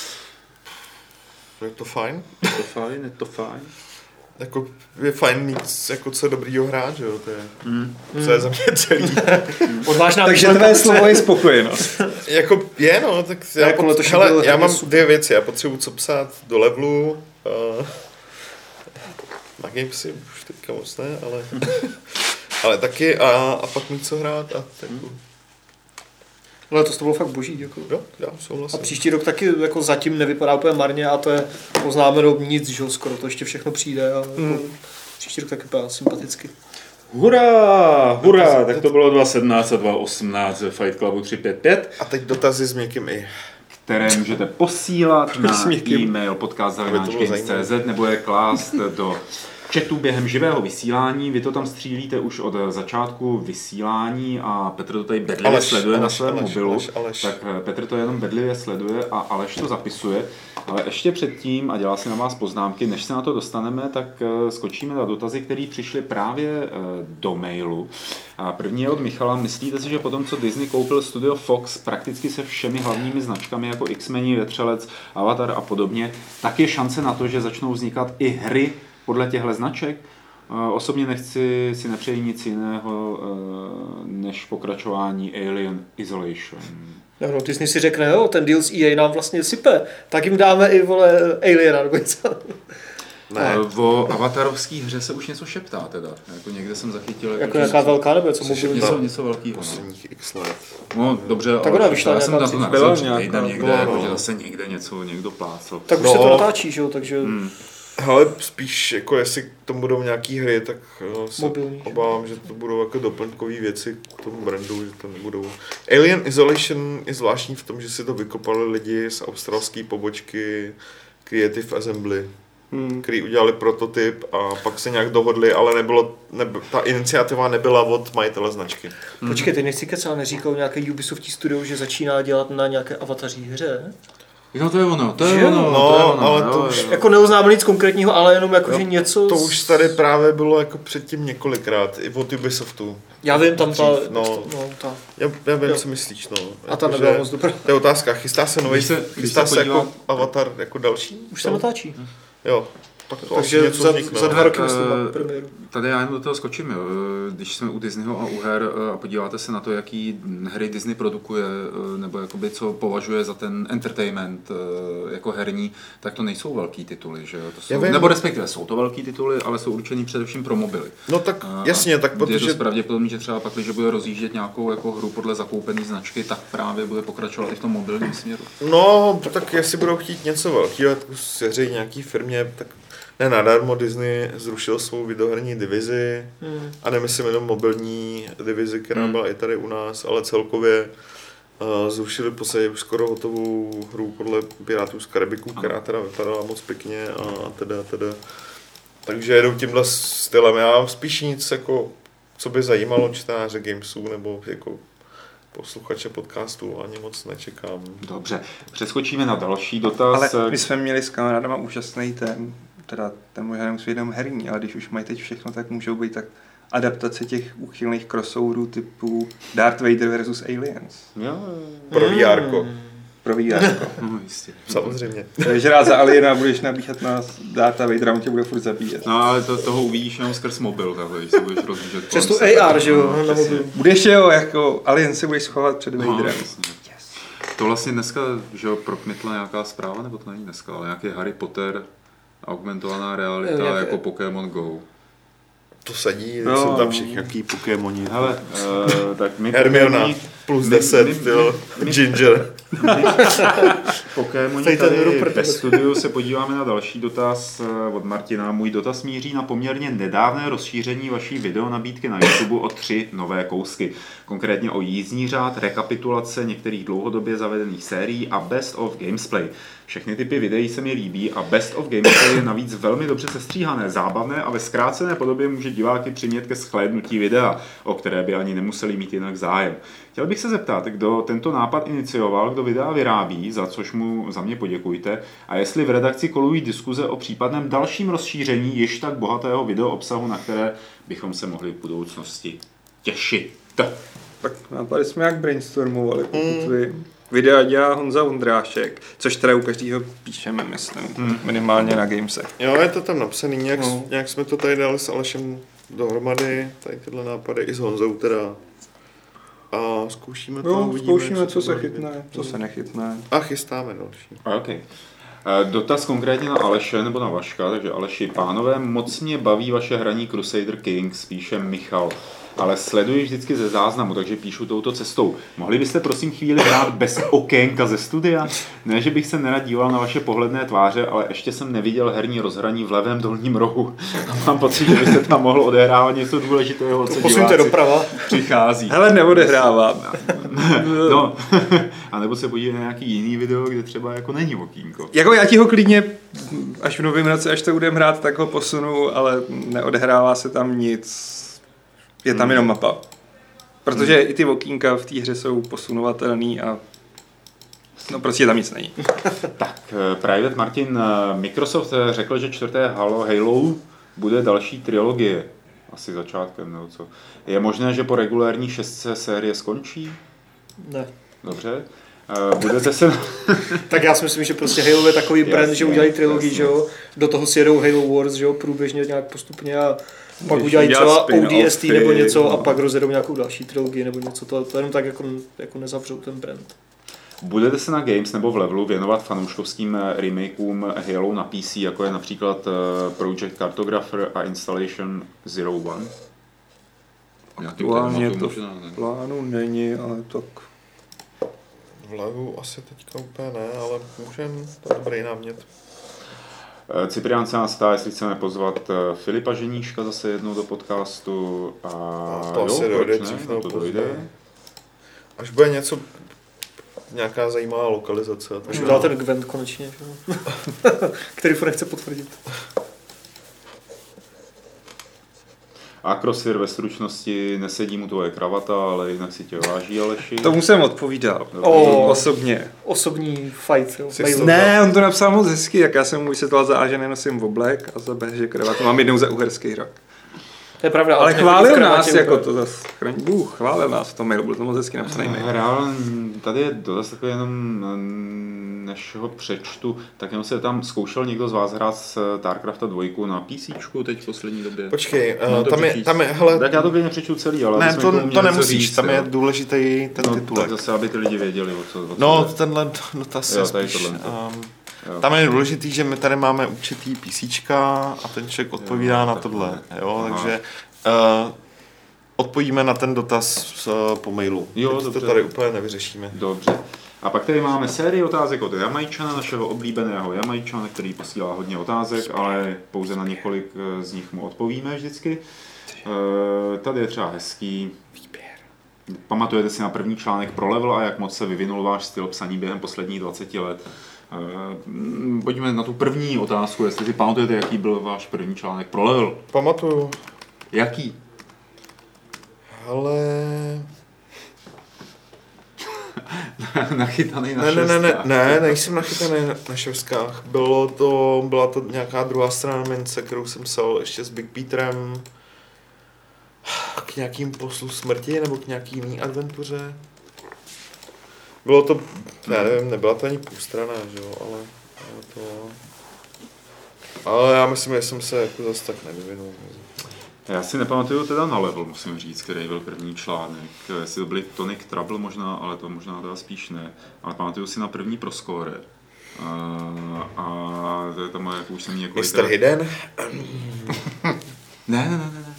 [SPEAKER 1] Je to fajn?
[SPEAKER 3] Je to fajn.
[SPEAKER 1] Jako je fajn mít jako co dobrýho hrát, že jo, to je za mě celý.
[SPEAKER 4] Takže tvé slovo je spokojenost.
[SPEAKER 1] Jako je, no, tak já mám dvě věci, já potřebuji co psát do levelu, na Gamesy už teďka moc ne, ale taky a pak mít co hrát a tak.
[SPEAKER 2] Ale to bylo fakt boží, jako.
[SPEAKER 1] Jo, já souhlasím.
[SPEAKER 2] A příští rok taky jako zatím nevypadá úplně marně a to je oznámeno nic, že skoro to ještě všechno přijde a jako příští rok taky vypadá sympaticky.
[SPEAKER 3] Hurá, tak to bylo 2017 a 2018 ve Fight Clubu 355.
[SPEAKER 1] A teď dotazy s měkkým i.
[SPEAKER 3] Které můžete posílat na e-mail podcast@games.cz nebo je klást do chatu během živého vysílání. Vy to tam střílíte už od začátku vysílání a Petr to tady bedlivě sleduje na svém mobilu. Tak Petr to jenom bedlivě sleduje a Aleš to zapisuje. Ale ještě předtím, a dělá si na vás poznámky, než se na to dostaneme, tak skočíme na dotazy, které přišly právě do mailu. A první je od Michala. Myslíte si, že potom, co Disney koupil studio Fox prakticky se všemi hlavními značkami jako X-meni, Vetřelec, Avatar a podobně, tak je šance na to, že začnou vznikat i hry podle těchto značek? Osobně si nepřeji nic jiného než pokračování Alien Isolation.
[SPEAKER 2] No, Disney si řekne, jo, ten deal s EA nám vlastně sype, tak jim dáme i vole Aliena nebo něco.
[SPEAKER 3] Ne. O avatarovský hře se už něco šeptá teda. Jako někde jsem zachytil.
[SPEAKER 2] Jako nějaká velká nebo co mobilní?
[SPEAKER 3] Něco velkého.
[SPEAKER 1] Posledních x let.
[SPEAKER 3] No dobře,
[SPEAKER 2] tak
[SPEAKER 3] ale
[SPEAKER 2] já
[SPEAKER 3] jsem na to narazil někde,
[SPEAKER 1] no.
[SPEAKER 3] že zase někdo plácl.
[SPEAKER 2] Tak už se to natáčí, že jo, takže...
[SPEAKER 1] Ale spíš, jako jestli tomu budou nějaký hry, tak se
[SPEAKER 2] mobilní,
[SPEAKER 1] obávám, že to budou jako doplňkové věci k tomu brandu, že to nebudou. Alien Isolation je zvláštní v tom, že si to vykopali lidi z australské pobočky Creative Assembly, který udělali prototyp a pak se nějak dohodli, ale ta iniciativa nebyla od majitele značky.
[SPEAKER 2] Počkej, ty nechci kecat, neříkal nějaké Ubisoftí studio, že začíná dělat na nějaké avataří hře?
[SPEAKER 3] No to je ono,
[SPEAKER 1] ale to už...
[SPEAKER 2] Jako neoznámil nic konkrétního, ale jenom jako, že něco...
[SPEAKER 1] To už tady právě bylo jako předtím několikrát, i od Ubisoftu.
[SPEAKER 2] Já vím, tam ta...
[SPEAKER 1] Já vím, co myslíš, no.
[SPEAKER 2] A ta nebyla moc dobrá.
[SPEAKER 1] To je otázka, chystá se nový, chystá se jako Avatar jako další?
[SPEAKER 2] Už se natáčí.
[SPEAKER 1] Jo.
[SPEAKER 2] Takže za 2 roky myslím na premiéru.
[SPEAKER 3] Tady já jen do toho skočím, jo. Když jsme u Disneyho a u her a podíváte se na to, jaký hry Disney produkuje, nebo jakoby co považuje za ten entertainment jako herní, tak to nejsou velký tituly, že jo? To jsou, nebo respektive jsou to velký tituly, ale jsou určený především pro mobily.
[SPEAKER 1] No tak jasně, tak protože...
[SPEAKER 3] Je dost pravděpodobně, že třeba pak, když bude rozjíždět nějakou jako hru podle zakoupené značky, tak právě bude pokračovat i v tom mobilním směru.
[SPEAKER 1] No, tak jestli budou chtít něco velkého, tak seřejí nějaký firmě, tak ne nadarmo Disney zrušil svou videoherní divizi a nemyslím jenom mobilní divizi, která byla i tady u nás, ale celkově zrušili v podstatě už skoro hotovou hru podle Pirátů z Karibiku, která teda vypadala moc pěkně a teda. Takže jedou tímhle stylem. Já mám spíš nic, jako, co by zajímalo čtenáře Gamesu, nebo jako posluchače podcastu ani moc nečekám.
[SPEAKER 3] Dobře, přeskočíme na další dotaz.
[SPEAKER 4] Ale my jsme měli s kamarádama úžasný ten možná nemusí být jenom herní, ale když už mají teď všechno, tak můžou být tak adaptace těch úchylných crossoverů typu Darth Vader versus Aliens.
[SPEAKER 3] Jo.
[SPEAKER 1] Pro VRko.
[SPEAKER 4] Pro VRko.
[SPEAKER 3] No, jistě.
[SPEAKER 1] Samozřejmě.
[SPEAKER 4] Takže rád za Aliena budeš nabíhat na Dartha Vadera, on tě bude furt zabíjet.
[SPEAKER 3] No ale toho uvidíš jenom skrz mobil, takhle, když se budeš rozjíždět.
[SPEAKER 2] Přes tu AR, že jo, na mobilu.
[SPEAKER 4] Budeš jako Alien se budeš schovat před Vaderem.
[SPEAKER 3] To vlastně dneska, že jo, prokmitla nějaká zpráva, nebo to není dneska, ale nějaký Harry Potter, augmentovaná realita jako Pokémon Go.
[SPEAKER 1] To sedí, jsou tam všichni jaký Pokémoni.
[SPEAKER 3] Hele, tak my
[SPEAKER 1] Hermiona plus 10, Ginger.
[SPEAKER 3] Pokémoni tady ve studiu se podíváme na další dotaz od Martina. Můj dotaz míří na poměrně nedávné rozšíření vaší videonabídky na YouTube o 3 nové kousky. Konkrétně o jízdní řád, rekapitulace některých dlouhodobě zavedených sérií a Best of Gamesplay. Všechny typy videí se mi líbí a Best of Gamesplay je navíc velmi dobře sestříhané, zábavné a ve zkrácené podobě může diváky přimět ke shlédnutí videa, o které by ani nemuseli mít jinak zájem. Chtěl bych se zeptat, kdo tento nápad inicioval, kdo videa vyrábí, za což mu za mě poděkujte, a jestli v redakci kolují diskuze o případném dalším rozšíření již tak bohatého video obsahu, na které bychom se mohli v budoucnosti těšit.
[SPEAKER 4] Tak nápady jsme jak brainstormovali, pokud vím. Videa dělá Honza Vondrášek, což teda u každého píšeme, myslím, minimálně na Gamesech.
[SPEAKER 1] Jo, je to tam napsaný, nějak jsme to tady dali s Alešem dohromady, tady tyhle nápady i s Honzou teda. A zkoušíme to, uvidíme,
[SPEAKER 4] zkoušíme, co se chytne, co se nechytne.
[SPEAKER 1] A chystáme další.
[SPEAKER 3] Okay. Dotaz konkrétně na Aleše nebo na Vaška, takže Aleši, pánové, moc mě baví vaše hraní Crusader Kings, píše Michal, ale sleduji vždycky ze záznamu, takže píšu touto cestou. Mohli byste prosím chvíli hrát bez okénka ze studia? Ne, že bych se nerad díval na vaše pohledné tváře, ale ještě jsem neviděl herní rozhraní v levém dolním rohu. A mám pocit, že byste tam mohl odehrávat něco důležitého, co
[SPEAKER 2] posuňte doprava.
[SPEAKER 3] Přichází.
[SPEAKER 4] Hele, neodehrávám.
[SPEAKER 3] No, a nebo se podívej na nějaký jiný video, kde třeba jako není okýnko.
[SPEAKER 4] Jako já ti ho klidně, až v novém roce, až to budeme hrát, tak ho posunu, ale neodehrává se tam nic. Je tam jenom mapa. Protože i ty okýnka v té hře jsou posunovatelný a no prostě tam nic není.
[SPEAKER 3] Tak, Private Martin, Microsoft řekl, že 4. Halo bude další trilogie. Asi začátkem, nebo co. Je možné, že po regulární 6 série skončí?
[SPEAKER 2] Ne.
[SPEAKER 3] Dobře. Budete se...
[SPEAKER 2] Tak já si myslím, že prostě Halo je takový brand, že udělají trilogii, že jo. Do toho si jedou Halo Wars, že jo, průběžně nějak postupně a pak udělají třeba ODST nebo něco a pak rozjedou nějakou další trilogii nebo něco. To jenom tak jako nezavřou ten brand.
[SPEAKER 3] Budete se na Games nebo v Levelu věnovat fanouškovským remakeům Halo na PC, jako je například Project Cartographer a Installation 01?
[SPEAKER 4] Aktuálně to v plánu není, ale tak...
[SPEAKER 1] V Levelu asi teďka úplně ne, ale můžeme, to je dobrý námět.
[SPEAKER 3] Cyprián se nás ptá, jestli chceme pozvat Filipa Ženíška zase jednou do podcastu. A
[SPEAKER 1] to asi dojde dřív nebo později. Až bude něco, nějaká zajímavá lokalizace.
[SPEAKER 2] Až udá ten Gwent konečně, který furt nechce potvrdit.
[SPEAKER 3] A Crossfire ve stručnosti nesedí mu tvoje kravata, ale jinak si tě váží, Aleši.
[SPEAKER 4] Tomu jsem odpovídal. Osobně.
[SPEAKER 2] Osobní fight. Jo.
[SPEAKER 4] Ne, on to napsal moc hezky, jak já jsem mu vysvětlal za A, že nenosím oblek a za B, že kravatu mám jednou za uherský rok.
[SPEAKER 2] To je pravda.
[SPEAKER 4] Ale chválil nás, jako to zase, chraň Bůh, chválil nás v tom mailu, byl to moc hezky napsaný mail.
[SPEAKER 3] Reálně, tady je dotaz takový jenom, než ho přečtu, tak jenom se tam zkoušel někdo z vás hrát z StarCrafta 2 na PCčku teď v poslední době.
[SPEAKER 1] Počkej, tam je, hele...
[SPEAKER 3] Tak já to klidně přečtu celý, ale...
[SPEAKER 1] Ne, to nemusíš, říct, tam je důležitý ten titulek.
[SPEAKER 3] Tak zase, aby ty lidi věděli, o co
[SPEAKER 1] no, tenhle dotaz je spíš... Tam je důležitý, že my tady máme určitý PCčka a ten člověk odpovídá na tohle, jo, takže odpovíme na ten dotaz po mailu. Jo, to tady úplně nevyřešíme.
[SPEAKER 3] Dobře. A pak tady máme sérii otázek od Jamajčana, našeho oblíbeného Jamajčana, který posílá hodně otázek, ale pouze na několik z nich mu odpovíme vždycky. Tady je třeba hezký výběr. Pamatujete si na první článek pro Level a jak moc se vyvinul váš styl psaní během posledních 20 let? Pojďme na tu první otázku, jestli si pamatujete, jaký byl váš první článek pro Level.
[SPEAKER 1] Pamatuju.
[SPEAKER 3] Jaký?
[SPEAKER 1] Ale...
[SPEAKER 3] nachytaný na
[SPEAKER 1] šestkách. Ne, nejsem nachytaný na šestkách. Byla to nějaká druhá strana mince, kterou jsem psal ještě s Big Peterem k nějakým poslu smrti nebo k nějaký jiný adventuře. Bylo to, nevím, nebyla to ani půlstrana, že jo, ale já myslím, že jsem se jako zase tak nevyvinul.
[SPEAKER 3] Já si nepamatuju teda na level, musím říct, který byl první článek. Jestli to byly Tonic Trouble možná, ale to možná teda spíš ne. Ale pamatuju si na první Proscore. A to je tam, jak už jsem několikrát...
[SPEAKER 1] Mr. Hidden?
[SPEAKER 3] Ne,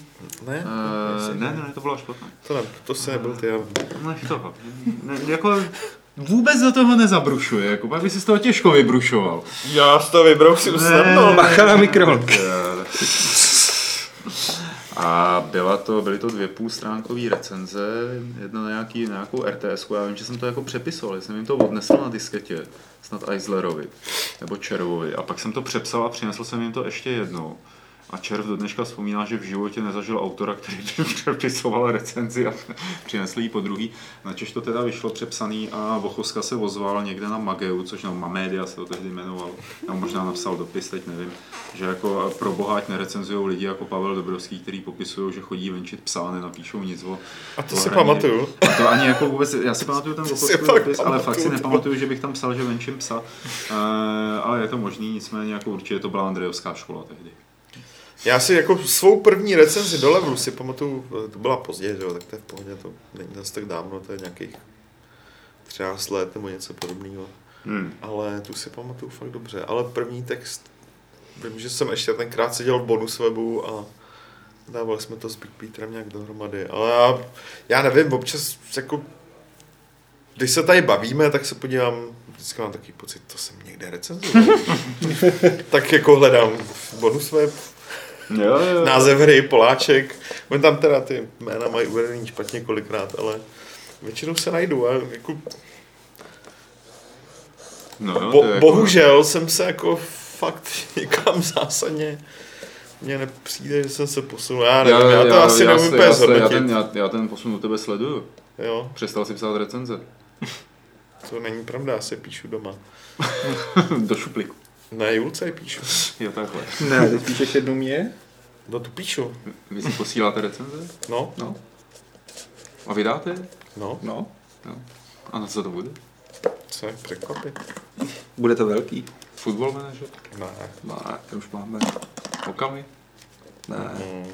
[SPEAKER 3] to bylo špatné.
[SPEAKER 1] To se nebyl ty.
[SPEAKER 3] Nech toho. Jako vůbec do toho nezabrušuje, jako pak by si z toho těžko vybrušoval.
[SPEAKER 1] Já z toho vybrouším snadno.
[SPEAKER 4] Bacha na mikrovlnky.
[SPEAKER 3] A byly to 2 půlstránkové recenze, jedna na nějakou RTS-ku, já vím, že jsem to jako přepisoval, jsem jim to odnesl na disketě, snad Eislerovi, nebo Červovi, a pak jsem to přepsal a přinesl jsem jim to ještě jednou. A Červ do dneška vzpomíná, že v životě nezažil autora, který by přepisoval recenzi a přinesl ji po druhý. Načež to teda vyšlo přepsaný a Vochoska se ozval někde na Mageu, což Mamédia se to tehdy jmenoval, nebo možná napsal dopis, teď nevím, že jako pro boha ať nerecenzujou lidi jako Pavel Dobrovský, který popisují, že chodí venčit psa a nenapíšou nic o
[SPEAKER 1] a to si pamatuju.
[SPEAKER 3] A to ani jako vůbec, já si pamatuju ten Vochoskový dopis, ale fakt si nepamatuju, že bych tam psal, že venčím psa. Ale je to možný, nicméně jako určitě to byla Andrejovská škola tehdy.
[SPEAKER 1] Já si jako svou první recenzi do levelu si pamatuju, to byla pozdě, že jo, tak to je v pohodě, to není zase tak dávno, to je nějakých 13 let nebo něco podobného. Ale tu si pamatuju fakt dobře, ale první text, vím, že jsem ještě tenkrát seděl v bonus webu a dávali jsme to s Big Peterem nějak dohromady, ale já nevím, občas jako, když se tady bavíme, tak se podívám, vždycky mám takový pocit, to jsem někde recenzoval. Tak jako hledám bonus web,
[SPEAKER 3] jo.
[SPEAKER 1] Název hry, Poláček. Oni tam teda ty jména mají uvedený špatně kolikrát, ale většinou se najdu. A jako... Bohužel jsem se jako fakt někam zásadně mně nepřijde, že jsem se posunul. Já nevím, já to asi nevím úplně zhodnotit.
[SPEAKER 3] Já ten posun u tebe sleduju.
[SPEAKER 1] Jo.
[SPEAKER 3] Přestal si psát recenze.
[SPEAKER 1] To není pravda, já si píšu doma.
[SPEAKER 3] Do šuplíku.
[SPEAKER 1] Ne, Julce píšu.
[SPEAKER 3] Jo, takhle.
[SPEAKER 4] Ne, teď píšeš jednu mě?
[SPEAKER 1] No tu píšu.
[SPEAKER 3] Vy si posíláte recenze?
[SPEAKER 1] No.
[SPEAKER 3] A vydáte?
[SPEAKER 1] No.
[SPEAKER 3] A na co to bude?
[SPEAKER 1] Co je překvapit?
[SPEAKER 4] Bude to velký.
[SPEAKER 3] Football manager?
[SPEAKER 1] Ne,
[SPEAKER 4] to už máme.
[SPEAKER 3] Okami?
[SPEAKER 4] Ne.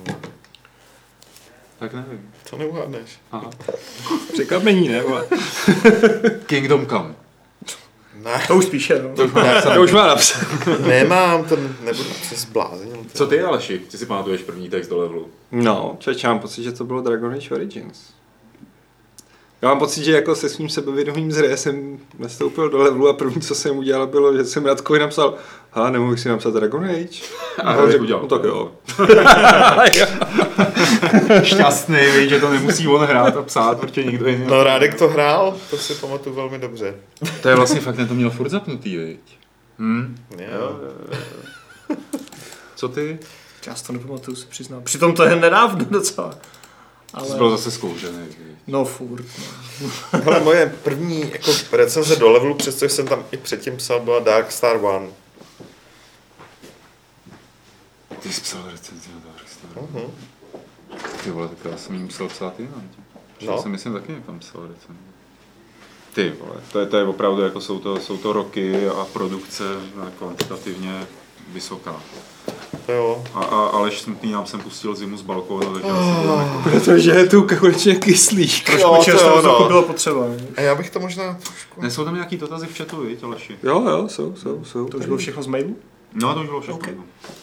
[SPEAKER 3] Tak nevím.
[SPEAKER 1] To neuhádneš.
[SPEAKER 3] Aha.
[SPEAKER 4] Překvapení, ne?
[SPEAKER 3] Kingdom Come.
[SPEAKER 1] Ne.
[SPEAKER 2] To už spíše, no.
[SPEAKER 4] To už má napsat.
[SPEAKER 1] Nemám, to nebudu se zbláznil.
[SPEAKER 3] Co ty, Aleši? Ty si pamatuješ první text do levelu?
[SPEAKER 4] No, já mám pocit, že to bylo Dragon Age Origins. Já mám pocit, že jako se svým sebevědomím zře jsem nastoupil do levelu a první, co jsem udělal, bylo, že jsem Radkovi napsal, hele, nemohu si napsat Dragon Age?
[SPEAKER 3] A on řekl,
[SPEAKER 4] no tak jo.
[SPEAKER 3] Šťastný, víš, že to nemusí on hrát a psát, protože nikdo jiný.
[SPEAKER 1] No Rádek to hrál, to si pamatuju velmi dobře.
[SPEAKER 3] To je vlastně fakt, to měl furt zapnutý, viď?
[SPEAKER 1] Jo.
[SPEAKER 3] Co ty?
[SPEAKER 2] Já si to nepamatuju, si přiznám. Přitom to je nedávno docela.
[SPEAKER 3] Ale... Jsi byl zase zkoušený.
[SPEAKER 2] No furt. No.
[SPEAKER 1] Ale moje první jako recenze do levelu, přestože jsem tam i předtím psal, byla Dark Star 1.
[SPEAKER 3] Ty jsi psal recenzi na Dark Star. Ty vole, tak já jsem jim musel psát jinam. Já jsem myslím taky někam psal recenzi. Ty vole, to je opravdu, jako jsou to roky a produkce kvantitativně vysoká.
[SPEAKER 1] Jo.
[SPEAKER 3] A Aleš Smutný nám jsem pustil Zimu z balkónu, takže
[SPEAKER 4] protože je tu konečně kyslík.
[SPEAKER 2] Trošku čerstvého vzduchu bylo potřeba.
[SPEAKER 1] A já bych to možná trošku...
[SPEAKER 3] Nejsou tam nějaký dotazy v chatu, viď, Aleši?
[SPEAKER 4] Jo, jsou.
[SPEAKER 2] To už bylo všechno z mailu?
[SPEAKER 3] No, to už bylo všechno. Okay.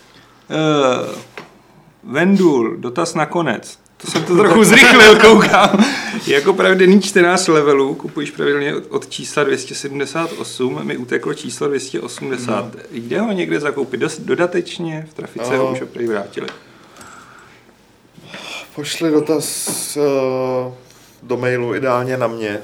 [SPEAKER 4] Vendul, dotaz nakonec. To jsem to trochu zrychlil, koukám. Jako pravidelný 14 levelů, kupuješ pravidelně od čísla 278, mi uteklo číslo 280. Jde ho někde zakoupit dodatečně? V trafice ho už opět vrátili.
[SPEAKER 1] Pošli dotaz do mailu, ideálně na mě.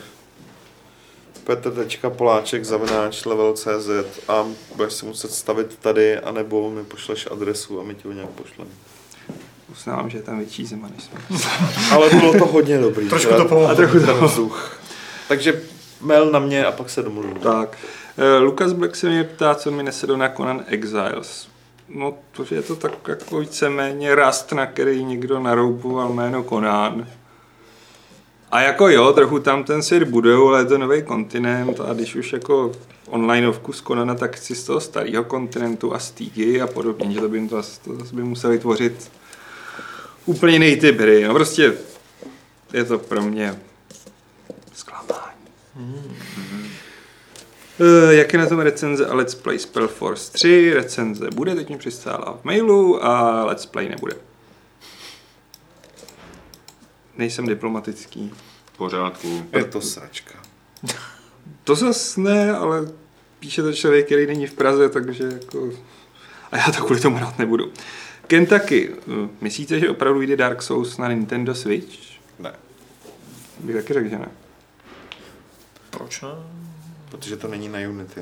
[SPEAKER 1] petr.poláček@level.cz a budeš si muset stavit tady, anebo mi pošleš adresu a my ti ho nějak pošleme.
[SPEAKER 4] Uznávám, že je tam větší zima, než jsme.
[SPEAKER 1] Ale bylo to hodně dobrý.
[SPEAKER 2] Trošku to pomohlo.
[SPEAKER 1] A trochu ten vzduch. Takže mail na mě a pak se domluvím.
[SPEAKER 4] Tak. Lukas Black se mě ptá, co mi nesedlo na Conan Exiles. No, to je to tak jako víceméně Rust, na který někdo narouboval jméno Conan. A jako jo, trochu tam ten svět budujou, ale je to nový kontinent a když už jako onlineovku z Conana, tak chci z toho starého kontinentu a stígy a podobně, že to by zase by museli tvořit úplně jiný typ hry. No prostě je to pro mě zklamání. Jak je na tom recenze a Let's Play Spellforce 3? Recenze bude, teď mi přistála v mailu a Let's Play nebude. Nejsem diplomatický.
[SPEAKER 3] V pořádku.
[SPEAKER 1] Je to sračka.
[SPEAKER 4] To zas ne, ale píše to člověk, který není v Praze, takže jako... A já to kvůli tomu rád nebudu. Kentucky, myslíte, že opravdu jde Dark Souls na Nintendo Switch?
[SPEAKER 1] Ne.
[SPEAKER 4] Bych taky řekl, že ne.
[SPEAKER 2] Proč ne?
[SPEAKER 1] Protože to není na Unity.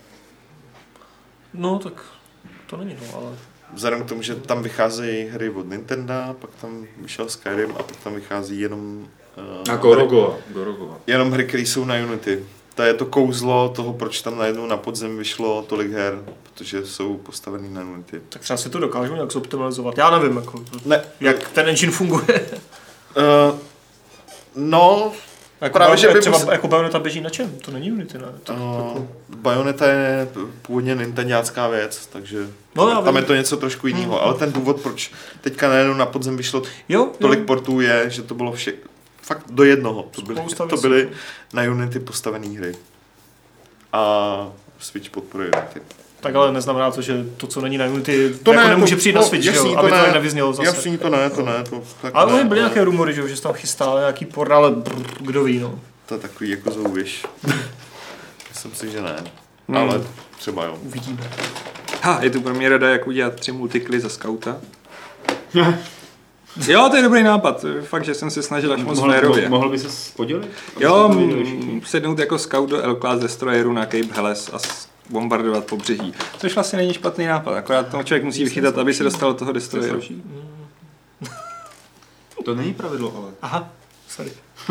[SPEAKER 2] No, tak to není, no, ale...
[SPEAKER 1] Vzhledem k tomu, že tam vycházejí hry od Nintendo, pak tam vyšel Skyrim a pak tam vychází jenom...
[SPEAKER 3] A Gorogova.
[SPEAKER 1] Jenom hry, které jsou na Unity. To je to kouzlo toho, proč tam najednou na podzem vyšlo tolik her, protože jsou postavený na Unity.
[SPEAKER 2] Tak třeba si to dokážu nějak zoptimalizovat. Já nevím, jako,
[SPEAKER 1] Ne.
[SPEAKER 2] jak ten engine funguje.
[SPEAKER 1] No,
[SPEAKER 2] jako
[SPEAKER 1] právě, že by
[SPEAKER 2] třeba
[SPEAKER 1] musel...
[SPEAKER 2] jako Bayonetta běží na čem? To není Unity, ne? Tak, jako...
[SPEAKER 1] Bayonetta je původně nintendácká věc, takže
[SPEAKER 2] No,
[SPEAKER 1] tam je to něco trošku jiného. Ale ten důvod, proč teďka najednou na podzem vyšlo tolik portů je, že to bylo fakt do jednoho. To byly na Unity postavené hry. A Switch podporuje Unity.
[SPEAKER 2] Tak ale neznamená to, že to, co není na Unity, to jako nemůže přijít na Switch,
[SPEAKER 1] jasný,
[SPEAKER 2] jo? Aby to tak nevyznělo zase.
[SPEAKER 1] Jasný, to ne.
[SPEAKER 2] Ale byly nějaké rumory, že se tam chystá nějaký port, ale kdo ví, no.
[SPEAKER 1] To je takový jako zouviš. Myslím si, že ne. Ale třeba jo.
[SPEAKER 2] Uvidíme.
[SPEAKER 4] Je tu pro mě rada, jak udělat 3 multikly za skauta. Jo, to je dobrý nápad. Fakt, že jsem se snažil až moc férově.
[SPEAKER 3] Mohl by se podělit?
[SPEAKER 4] Jo, sednout jako scout do L-Class Destroyeru na Cape Helles a bombardovat pobřeží. Což vlastně není špatný nápad, akorát toho člověk musí vychytat, aby se dostal do toho Destroyeru.
[SPEAKER 3] To není pravidlo, ale.
[SPEAKER 2] Aha, sorry.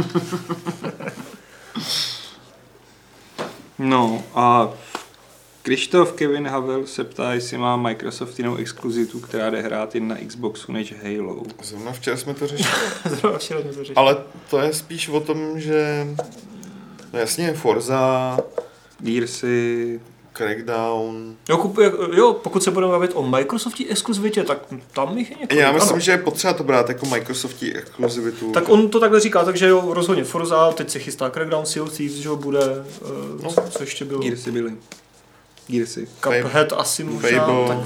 [SPEAKER 4] No a Krištof Kevin Havel se ptá, jestli má Microsoft jinou exkluzivitu, která jde hrát jen na Xboxu než Halo.
[SPEAKER 1] Zrovna včera jsme to řešili.
[SPEAKER 2] řešili.
[SPEAKER 1] Ale to je spíš o tom, že no jasně Forza,
[SPEAKER 4] Gearsy,
[SPEAKER 1] Crackdown.
[SPEAKER 2] Jo, pokud se budeme bavit o Microsoftí exkluzivitě, tak tam jich je několik.
[SPEAKER 1] Já myslím, že je potřeba to brát jako Microsoftí exkluzivitu.
[SPEAKER 2] Tak on to takhle říká, takže jo, rozhodně Forza, teď se chystá Crackdown, Sea of Thieves, že jo, bude, co ještě bylo?
[SPEAKER 4] Gearsy byly. Gearsy.
[SPEAKER 2] Cuphead asi možná.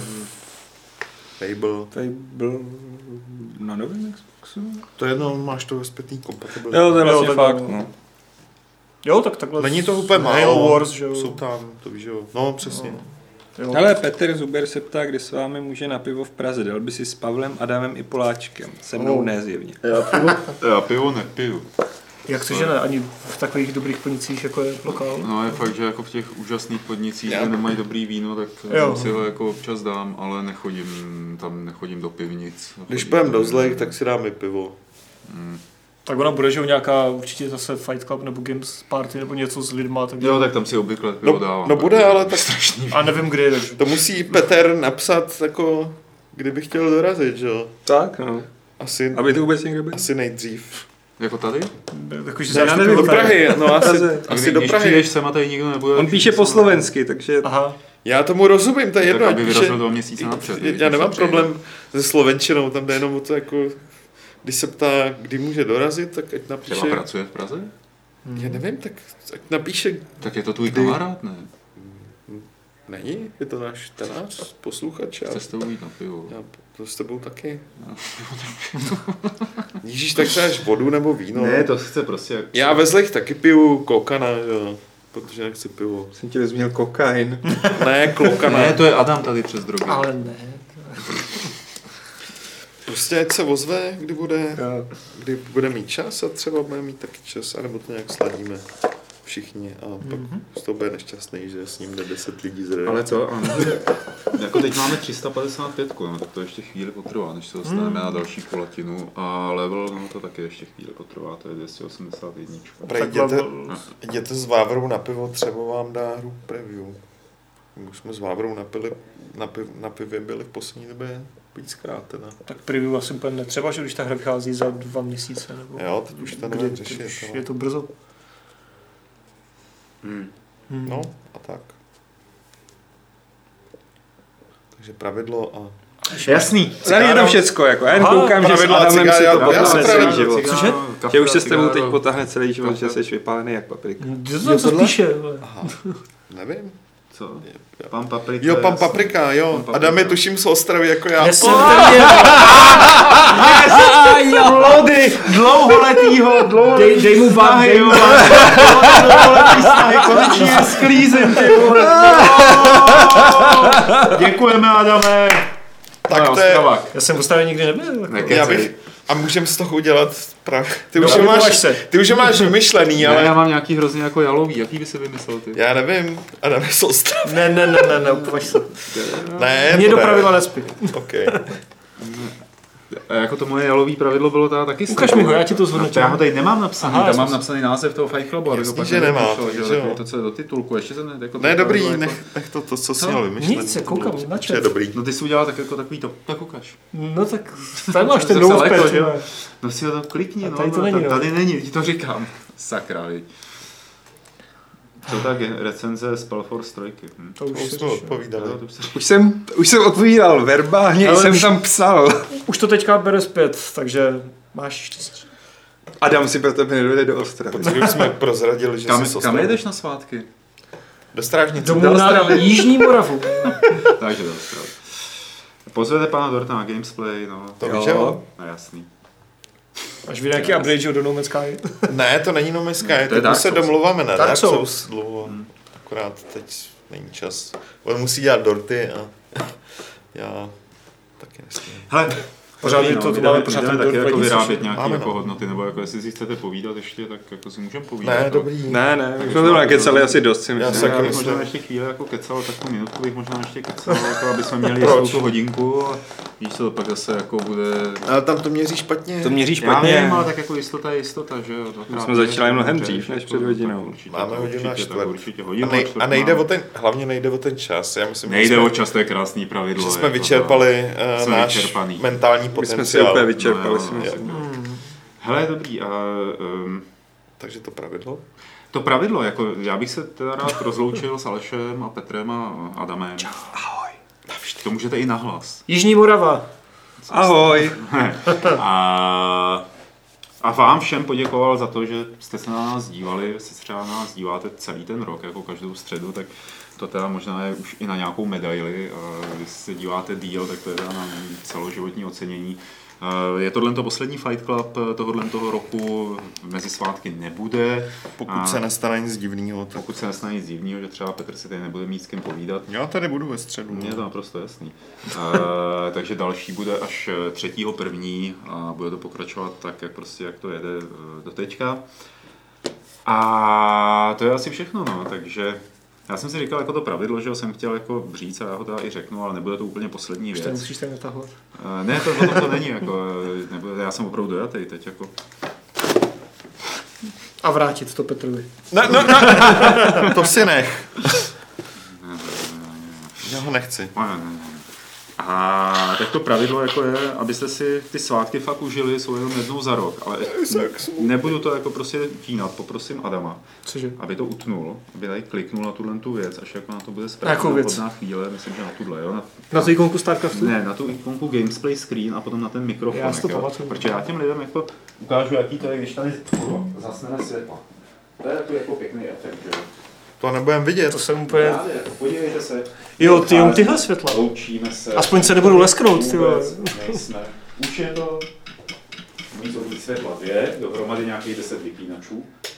[SPEAKER 1] Fable.
[SPEAKER 4] Na novém Xboxu?
[SPEAKER 1] To je jedno, máš to zpětný kompatibilitu.
[SPEAKER 4] Jo, to je vlastně fakt, no.
[SPEAKER 2] Jo, tak takhle.
[SPEAKER 1] Není to úplně málo.
[SPEAKER 2] Halo Wars, že jo.
[SPEAKER 1] Jsou tam, to víš, jo. No, přesně.
[SPEAKER 2] Jo.
[SPEAKER 4] Ale Petr Zuber se ptá, kdy s vámi může na pivo v Praze. Dal by si s Pavlem, Adamem i Poláčkem. Se mnou ne zjevně.
[SPEAKER 3] Já pivo nepiju.
[SPEAKER 2] Jak to, že ne? Ani v takových dobrých podnicích, jako je lokál?
[SPEAKER 3] No je fakt, že jako v těch úžasných podnicích, kde nemají dobrý víno, tak si ho jako občas dám, ale nechodím do pivnic.
[SPEAKER 1] Když půjdem do Zlejch, tak si dáme pivo.
[SPEAKER 2] Tak ona bude, že nějaká určitě zase Fight Club nebo Games Party nebo něco s lidma. Tak
[SPEAKER 3] jo, tak tam si obvykle pivo dávám.
[SPEAKER 1] No bude, ale tak
[SPEAKER 3] strašný.
[SPEAKER 2] A nevím kdy, takže.
[SPEAKER 1] To musí Petr napsat jako, kdyby chtěl dorazit, že jo?
[SPEAKER 4] Tak, no.
[SPEAKER 1] Asi,
[SPEAKER 4] aby to vůbec někdo byl?
[SPEAKER 1] Asi nejdřív.
[SPEAKER 3] Jako tady?
[SPEAKER 2] Já nevím,
[SPEAKER 1] do Prahy, no asi do
[SPEAKER 3] Když
[SPEAKER 1] Prahy.
[SPEAKER 3] přijdeš sem a tady nikdo nebude...
[SPEAKER 4] On píše po slovensky, takže...
[SPEAKER 2] Aha.
[SPEAKER 1] Já tomu rozumím, to je jedno.
[SPEAKER 3] Tak aby vyrazil 2 měsíce napřed.
[SPEAKER 1] Já nemám problém se slovenčinou, tam jde jenom o to jako... Když se ptá, kdy může dorazit, tak ať napíše...
[SPEAKER 3] Třeba pracuje v Praze?
[SPEAKER 1] Já nevím, tak ať napíše...
[SPEAKER 3] Tak je to tvůj kamarád, ne?
[SPEAKER 1] Není, je to náš čtenář, posluchač.
[SPEAKER 3] Chce s tebou jít na pivo.
[SPEAKER 1] Já to s tebou taky. Ježíš, tak chceš vodu nebo víno?
[SPEAKER 3] Ne, to chce prostě...
[SPEAKER 1] Já ve Zlech taky piju klokana, jo, protože nechci pivo.
[SPEAKER 4] Jsem ti rozměl kokain.
[SPEAKER 1] Ne, klokana.
[SPEAKER 3] Ne, to je Adam tady přes drogy.
[SPEAKER 2] Ale ne.
[SPEAKER 1] Prostě ať se ozve, kdy bude mít čas a třeba bude mít taky čas, anebo to nějak sladíme. všichni a pak z toho bude nešťastný, že s ním jde 10 lidí z redakce.
[SPEAKER 3] Ale co? Jako teď máme 355, no, tak to ještě chvíli potrvá, než se dostaneme na další kulatinu a level, no to taky ještě chvíli potrvá, to je 281.
[SPEAKER 1] Jděte s Vávrou na pivo, třeba vám dá hru preview. Už jsme s Vávrou na pivě byli v poslední době víckrát teda.
[SPEAKER 2] Tak preview asi úplně netřeba, že když ta hra vychází za 2 měsíce nebo...
[SPEAKER 1] Jo, teď už to nevím řešit.
[SPEAKER 2] Je to brzo.
[SPEAKER 1] No a tak. Takže pravidlo a...
[SPEAKER 3] Jasný.
[SPEAKER 4] Tady je to všecko, jako. Já jen koukám, že s Adamem si to potáhne celý život.
[SPEAKER 2] Cože?
[SPEAKER 4] Že už se s tebou teď potáhne celý život, že jsi vypálený jak paprika.
[SPEAKER 2] Kdo to píše?
[SPEAKER 1] Aha, nevím.
[SPEAKER 3] Co? Pan Paprika.
[SPEAKER 1] Jo, pan Paprika, jo. Adam je tuším z Ostravy jako já.
[SPEAKER 3] Lody, dlouholetýho,
[SPEAKER 2] Dej mu vám, dej mu vám.
[SPEAKER 3] Dlouholetý snahy, konečně sklízím, ty vole. Děkujeme, Adame.
[SPEAKER 1] Tak to je...
[SPEAKER 2] Já jsem v Ostravě nikdy nebyl.
[SPEAKER 1] Já bych... A můžeme z toho udělat právě... Ty už máš vymyšlený, ale...
[SPEAKER 3] Já mám nějaký hrozně jako jalový, jaký by si vymyslel ty?
[SPEAKER 1] Já nevím, Adam je z Ostravy.
[SPEAKER 2] Ne, upovaž se.
[SPEAKER 1] Ne,
[SPEAKER 2] mě do pravidla nespí.
[SPEAKER 1] Okay.
[SPEAKER 3] A jako to moje jalový pravidlo bylo teda taky...
[SPEAKER 2] Ukaž mi ho, já ti to zhodnotím.
[SPEAKER 3] Já ho tady nemám napsaný, tam mám napsaný název toho Fight Clubu, aby to pak
[SPEAKER 1] nemá,
[SPEAKER 3] to, co je do titulku, ještě jsem jako...
[SPEAKER 1] Ne, dobrý, nech to, co jsi měl vymyšlený.
[SPEAKER 2] Nic, koukám na chat.
[SPEAKER 1] Je dobrý.
[SPEAKER 3] No ty jsi udělal tak jako takový to, tak ukaž.
[SPEAKER 2] No tak, tady máš ten notepad, že?
[SPEAKER 3] No si ho tam klikni, no,
[SPEAKER 2] tady
[SPEAKER 3] není, ti to říkám. Sakra, viď. Co tak je recenze Spellforce 3?
[SPEAKER 1] To už jsme odpovídali.
[SPEAKER 4] Už jsem odpovídal verbálně, jsem tam psal.
[SPEAKER 2] Už to teďka bere zpět, takže máš štěstí.
[SPEAKER 4] Adam si pro tebe nedojde do Ostravy.
[SPEAKER 1] Už jsme prozradili, že jsi z Ostravy.
[SPEAKER 3] Kam jedeš na svátky?
[SPEAKER 1] Do Strážnice.
[SPEAKER 2] Domů na Jižní Moravu.
[SPEAKER 3] Takže do Ostravy. Pozvete pana Dorta na Gamesplay, no.
[SPEAKER 1] To víš, jo?
[SPEAKER 3] No jasný.
[SPEAKER 2] Až vy nějaký upgrade, do No Man's Sky?
[SPEAKER 1] Ne, to není No Man's Sky, to se domluváme na Dark Souls dlouho. Akorát teď není čas. On musí dělat dorty a já taky nesmím.
[SPEAKER 3] Hele,
[SPEAKER 2] pořád to máme pořád
[SPEAKER 3] taky jako vyrábět nějaké jako hodnoty, nebo jako jestli si chcete povídat ještě, tak jako si můžeme povídat.
[SPEAKER 1] Ne, dobrý.
[SPEAKER 4] Ne, my jsme to nakecali asi dost, si myslím.
[SPEAKER 3] Já bych možná ještě chvíli jako kecal, takovou minutku bych možná ještě kecal, jako aby jsme měli jistou tu hodinku a víš co, pak zase jako bude...
[SPEAKER 1] Ale tam to měří špatně.
[SPEAKER 4] To měří špatně.
[SPEAKER 3] Já nevím, ale tak jako jistota je jistota, že jo.
[SPEAKER 4] My jsme začali mnohem dřív než před hodinou.
[SPEAKER 1] Máme hodinu a čtvrt.
[SPEAKER 3] A
[SPEAKER 1] hlavně nejde o ten čas. Já myslím,
[SPEAKER 3] nejde o čas, to je krásný pravidlo.
[SPEAKER 1] Že jsme vyčerpali náš mentální potenciál.
[SPEAKER 4] My jsme si úplně vyčerpali, si myslím.
[SPEAKER 3] Hele, dobrý.
[SPEAKER 1] Takže to pravidlo?
[SPEAKER 3] To pravidlo, jako já bych se teda rád rozloučil s Alešem a Petrem a Adamem.
[SPEAKER 2] Čau, ahoj.
[SPEAKER 3] To můžete i nahlas.
[SPEAKER 2] Jižní Morava.
[SPEAKER 4] Ahoj.
[SPEAKER 3] A vám všem poděkoval za to, že jste se na nás dívali, jestli se třeba na nás díváte celý ten rok, jako každou středu, tak to teda možná je už i na nějakou medaili. Když se díváte díl, tak to je teda na celoživotní ocenění. Je tohle poslední Fight Club toho roku, mezi svátky nebude.
[SPEAKER 1] Pokud se nestane nic divného.
[SPEAKER 3] Pokud se nestane nic divného, že třeba Petr si tady nebude mít s kým povídat.
[SPEAKER 1] Já tady budu ve středu.
[SPEAKER 3] Mně je to naprosto jasný. Takže další bude až 3.1. a bude to pokračovat tak, jak to jede do teďka. A to je asi všechno, no, takže... Já jsem si říkal jako to pravidlo, že jsem chtěl jako říct a já ho teda i řeknu, ale nebude to úplně poslední věc.
[SPEAKER 2] Už to musíš tak natahovat.
[SPEAKER 3] Ne, to o tom to není, jako, nebude, já jsem opravdu dojatý teď. Jako.
[SPEAKER 2] A vrátit to Petrovi.
[SPEAKER 1] No, to si nech. Já ho nechci.
[SPEAKER 3] A tak to pravidlo jako je, abyste si ty svátky fakt užili, jsou jenom jednou za rok, ale nebudu to jako prostě tínat, poprosím Adama, aby to utnul, aby tady kliknul na tu věc, až jako na to bude správná hodná chvíle, myslím, že na tuhle, jo.
[SPEAKER 2] Na tu ikonku StarCraftu?
[SPEAKER 3] Ne, na tu ikonku Gamesplay screen a potom na ten mikrofon,
[SPEAKER 2] já si to pamatuju.
[SPEAKER 3] Protože já těm lidem jako ukážu, jaký to je, když tady zasneme světla. To je jako pěkný efekt, že jo.
[SPEAKER 1] To nebudem vidět.
[SPEAKER 2] To jsem úplně...
[SPEAKER 3] Podívejte se.
[SPEAKER 2] Jo, tyhle světla.
[SPEAKER 3] Loučíme se.
[SPEAKER 2] Aspoň se nebudu lesknout, ty vole.
[SPEAKER 3] Už je to... Můj světla 2, dohromady nějakých 10 vypínačů.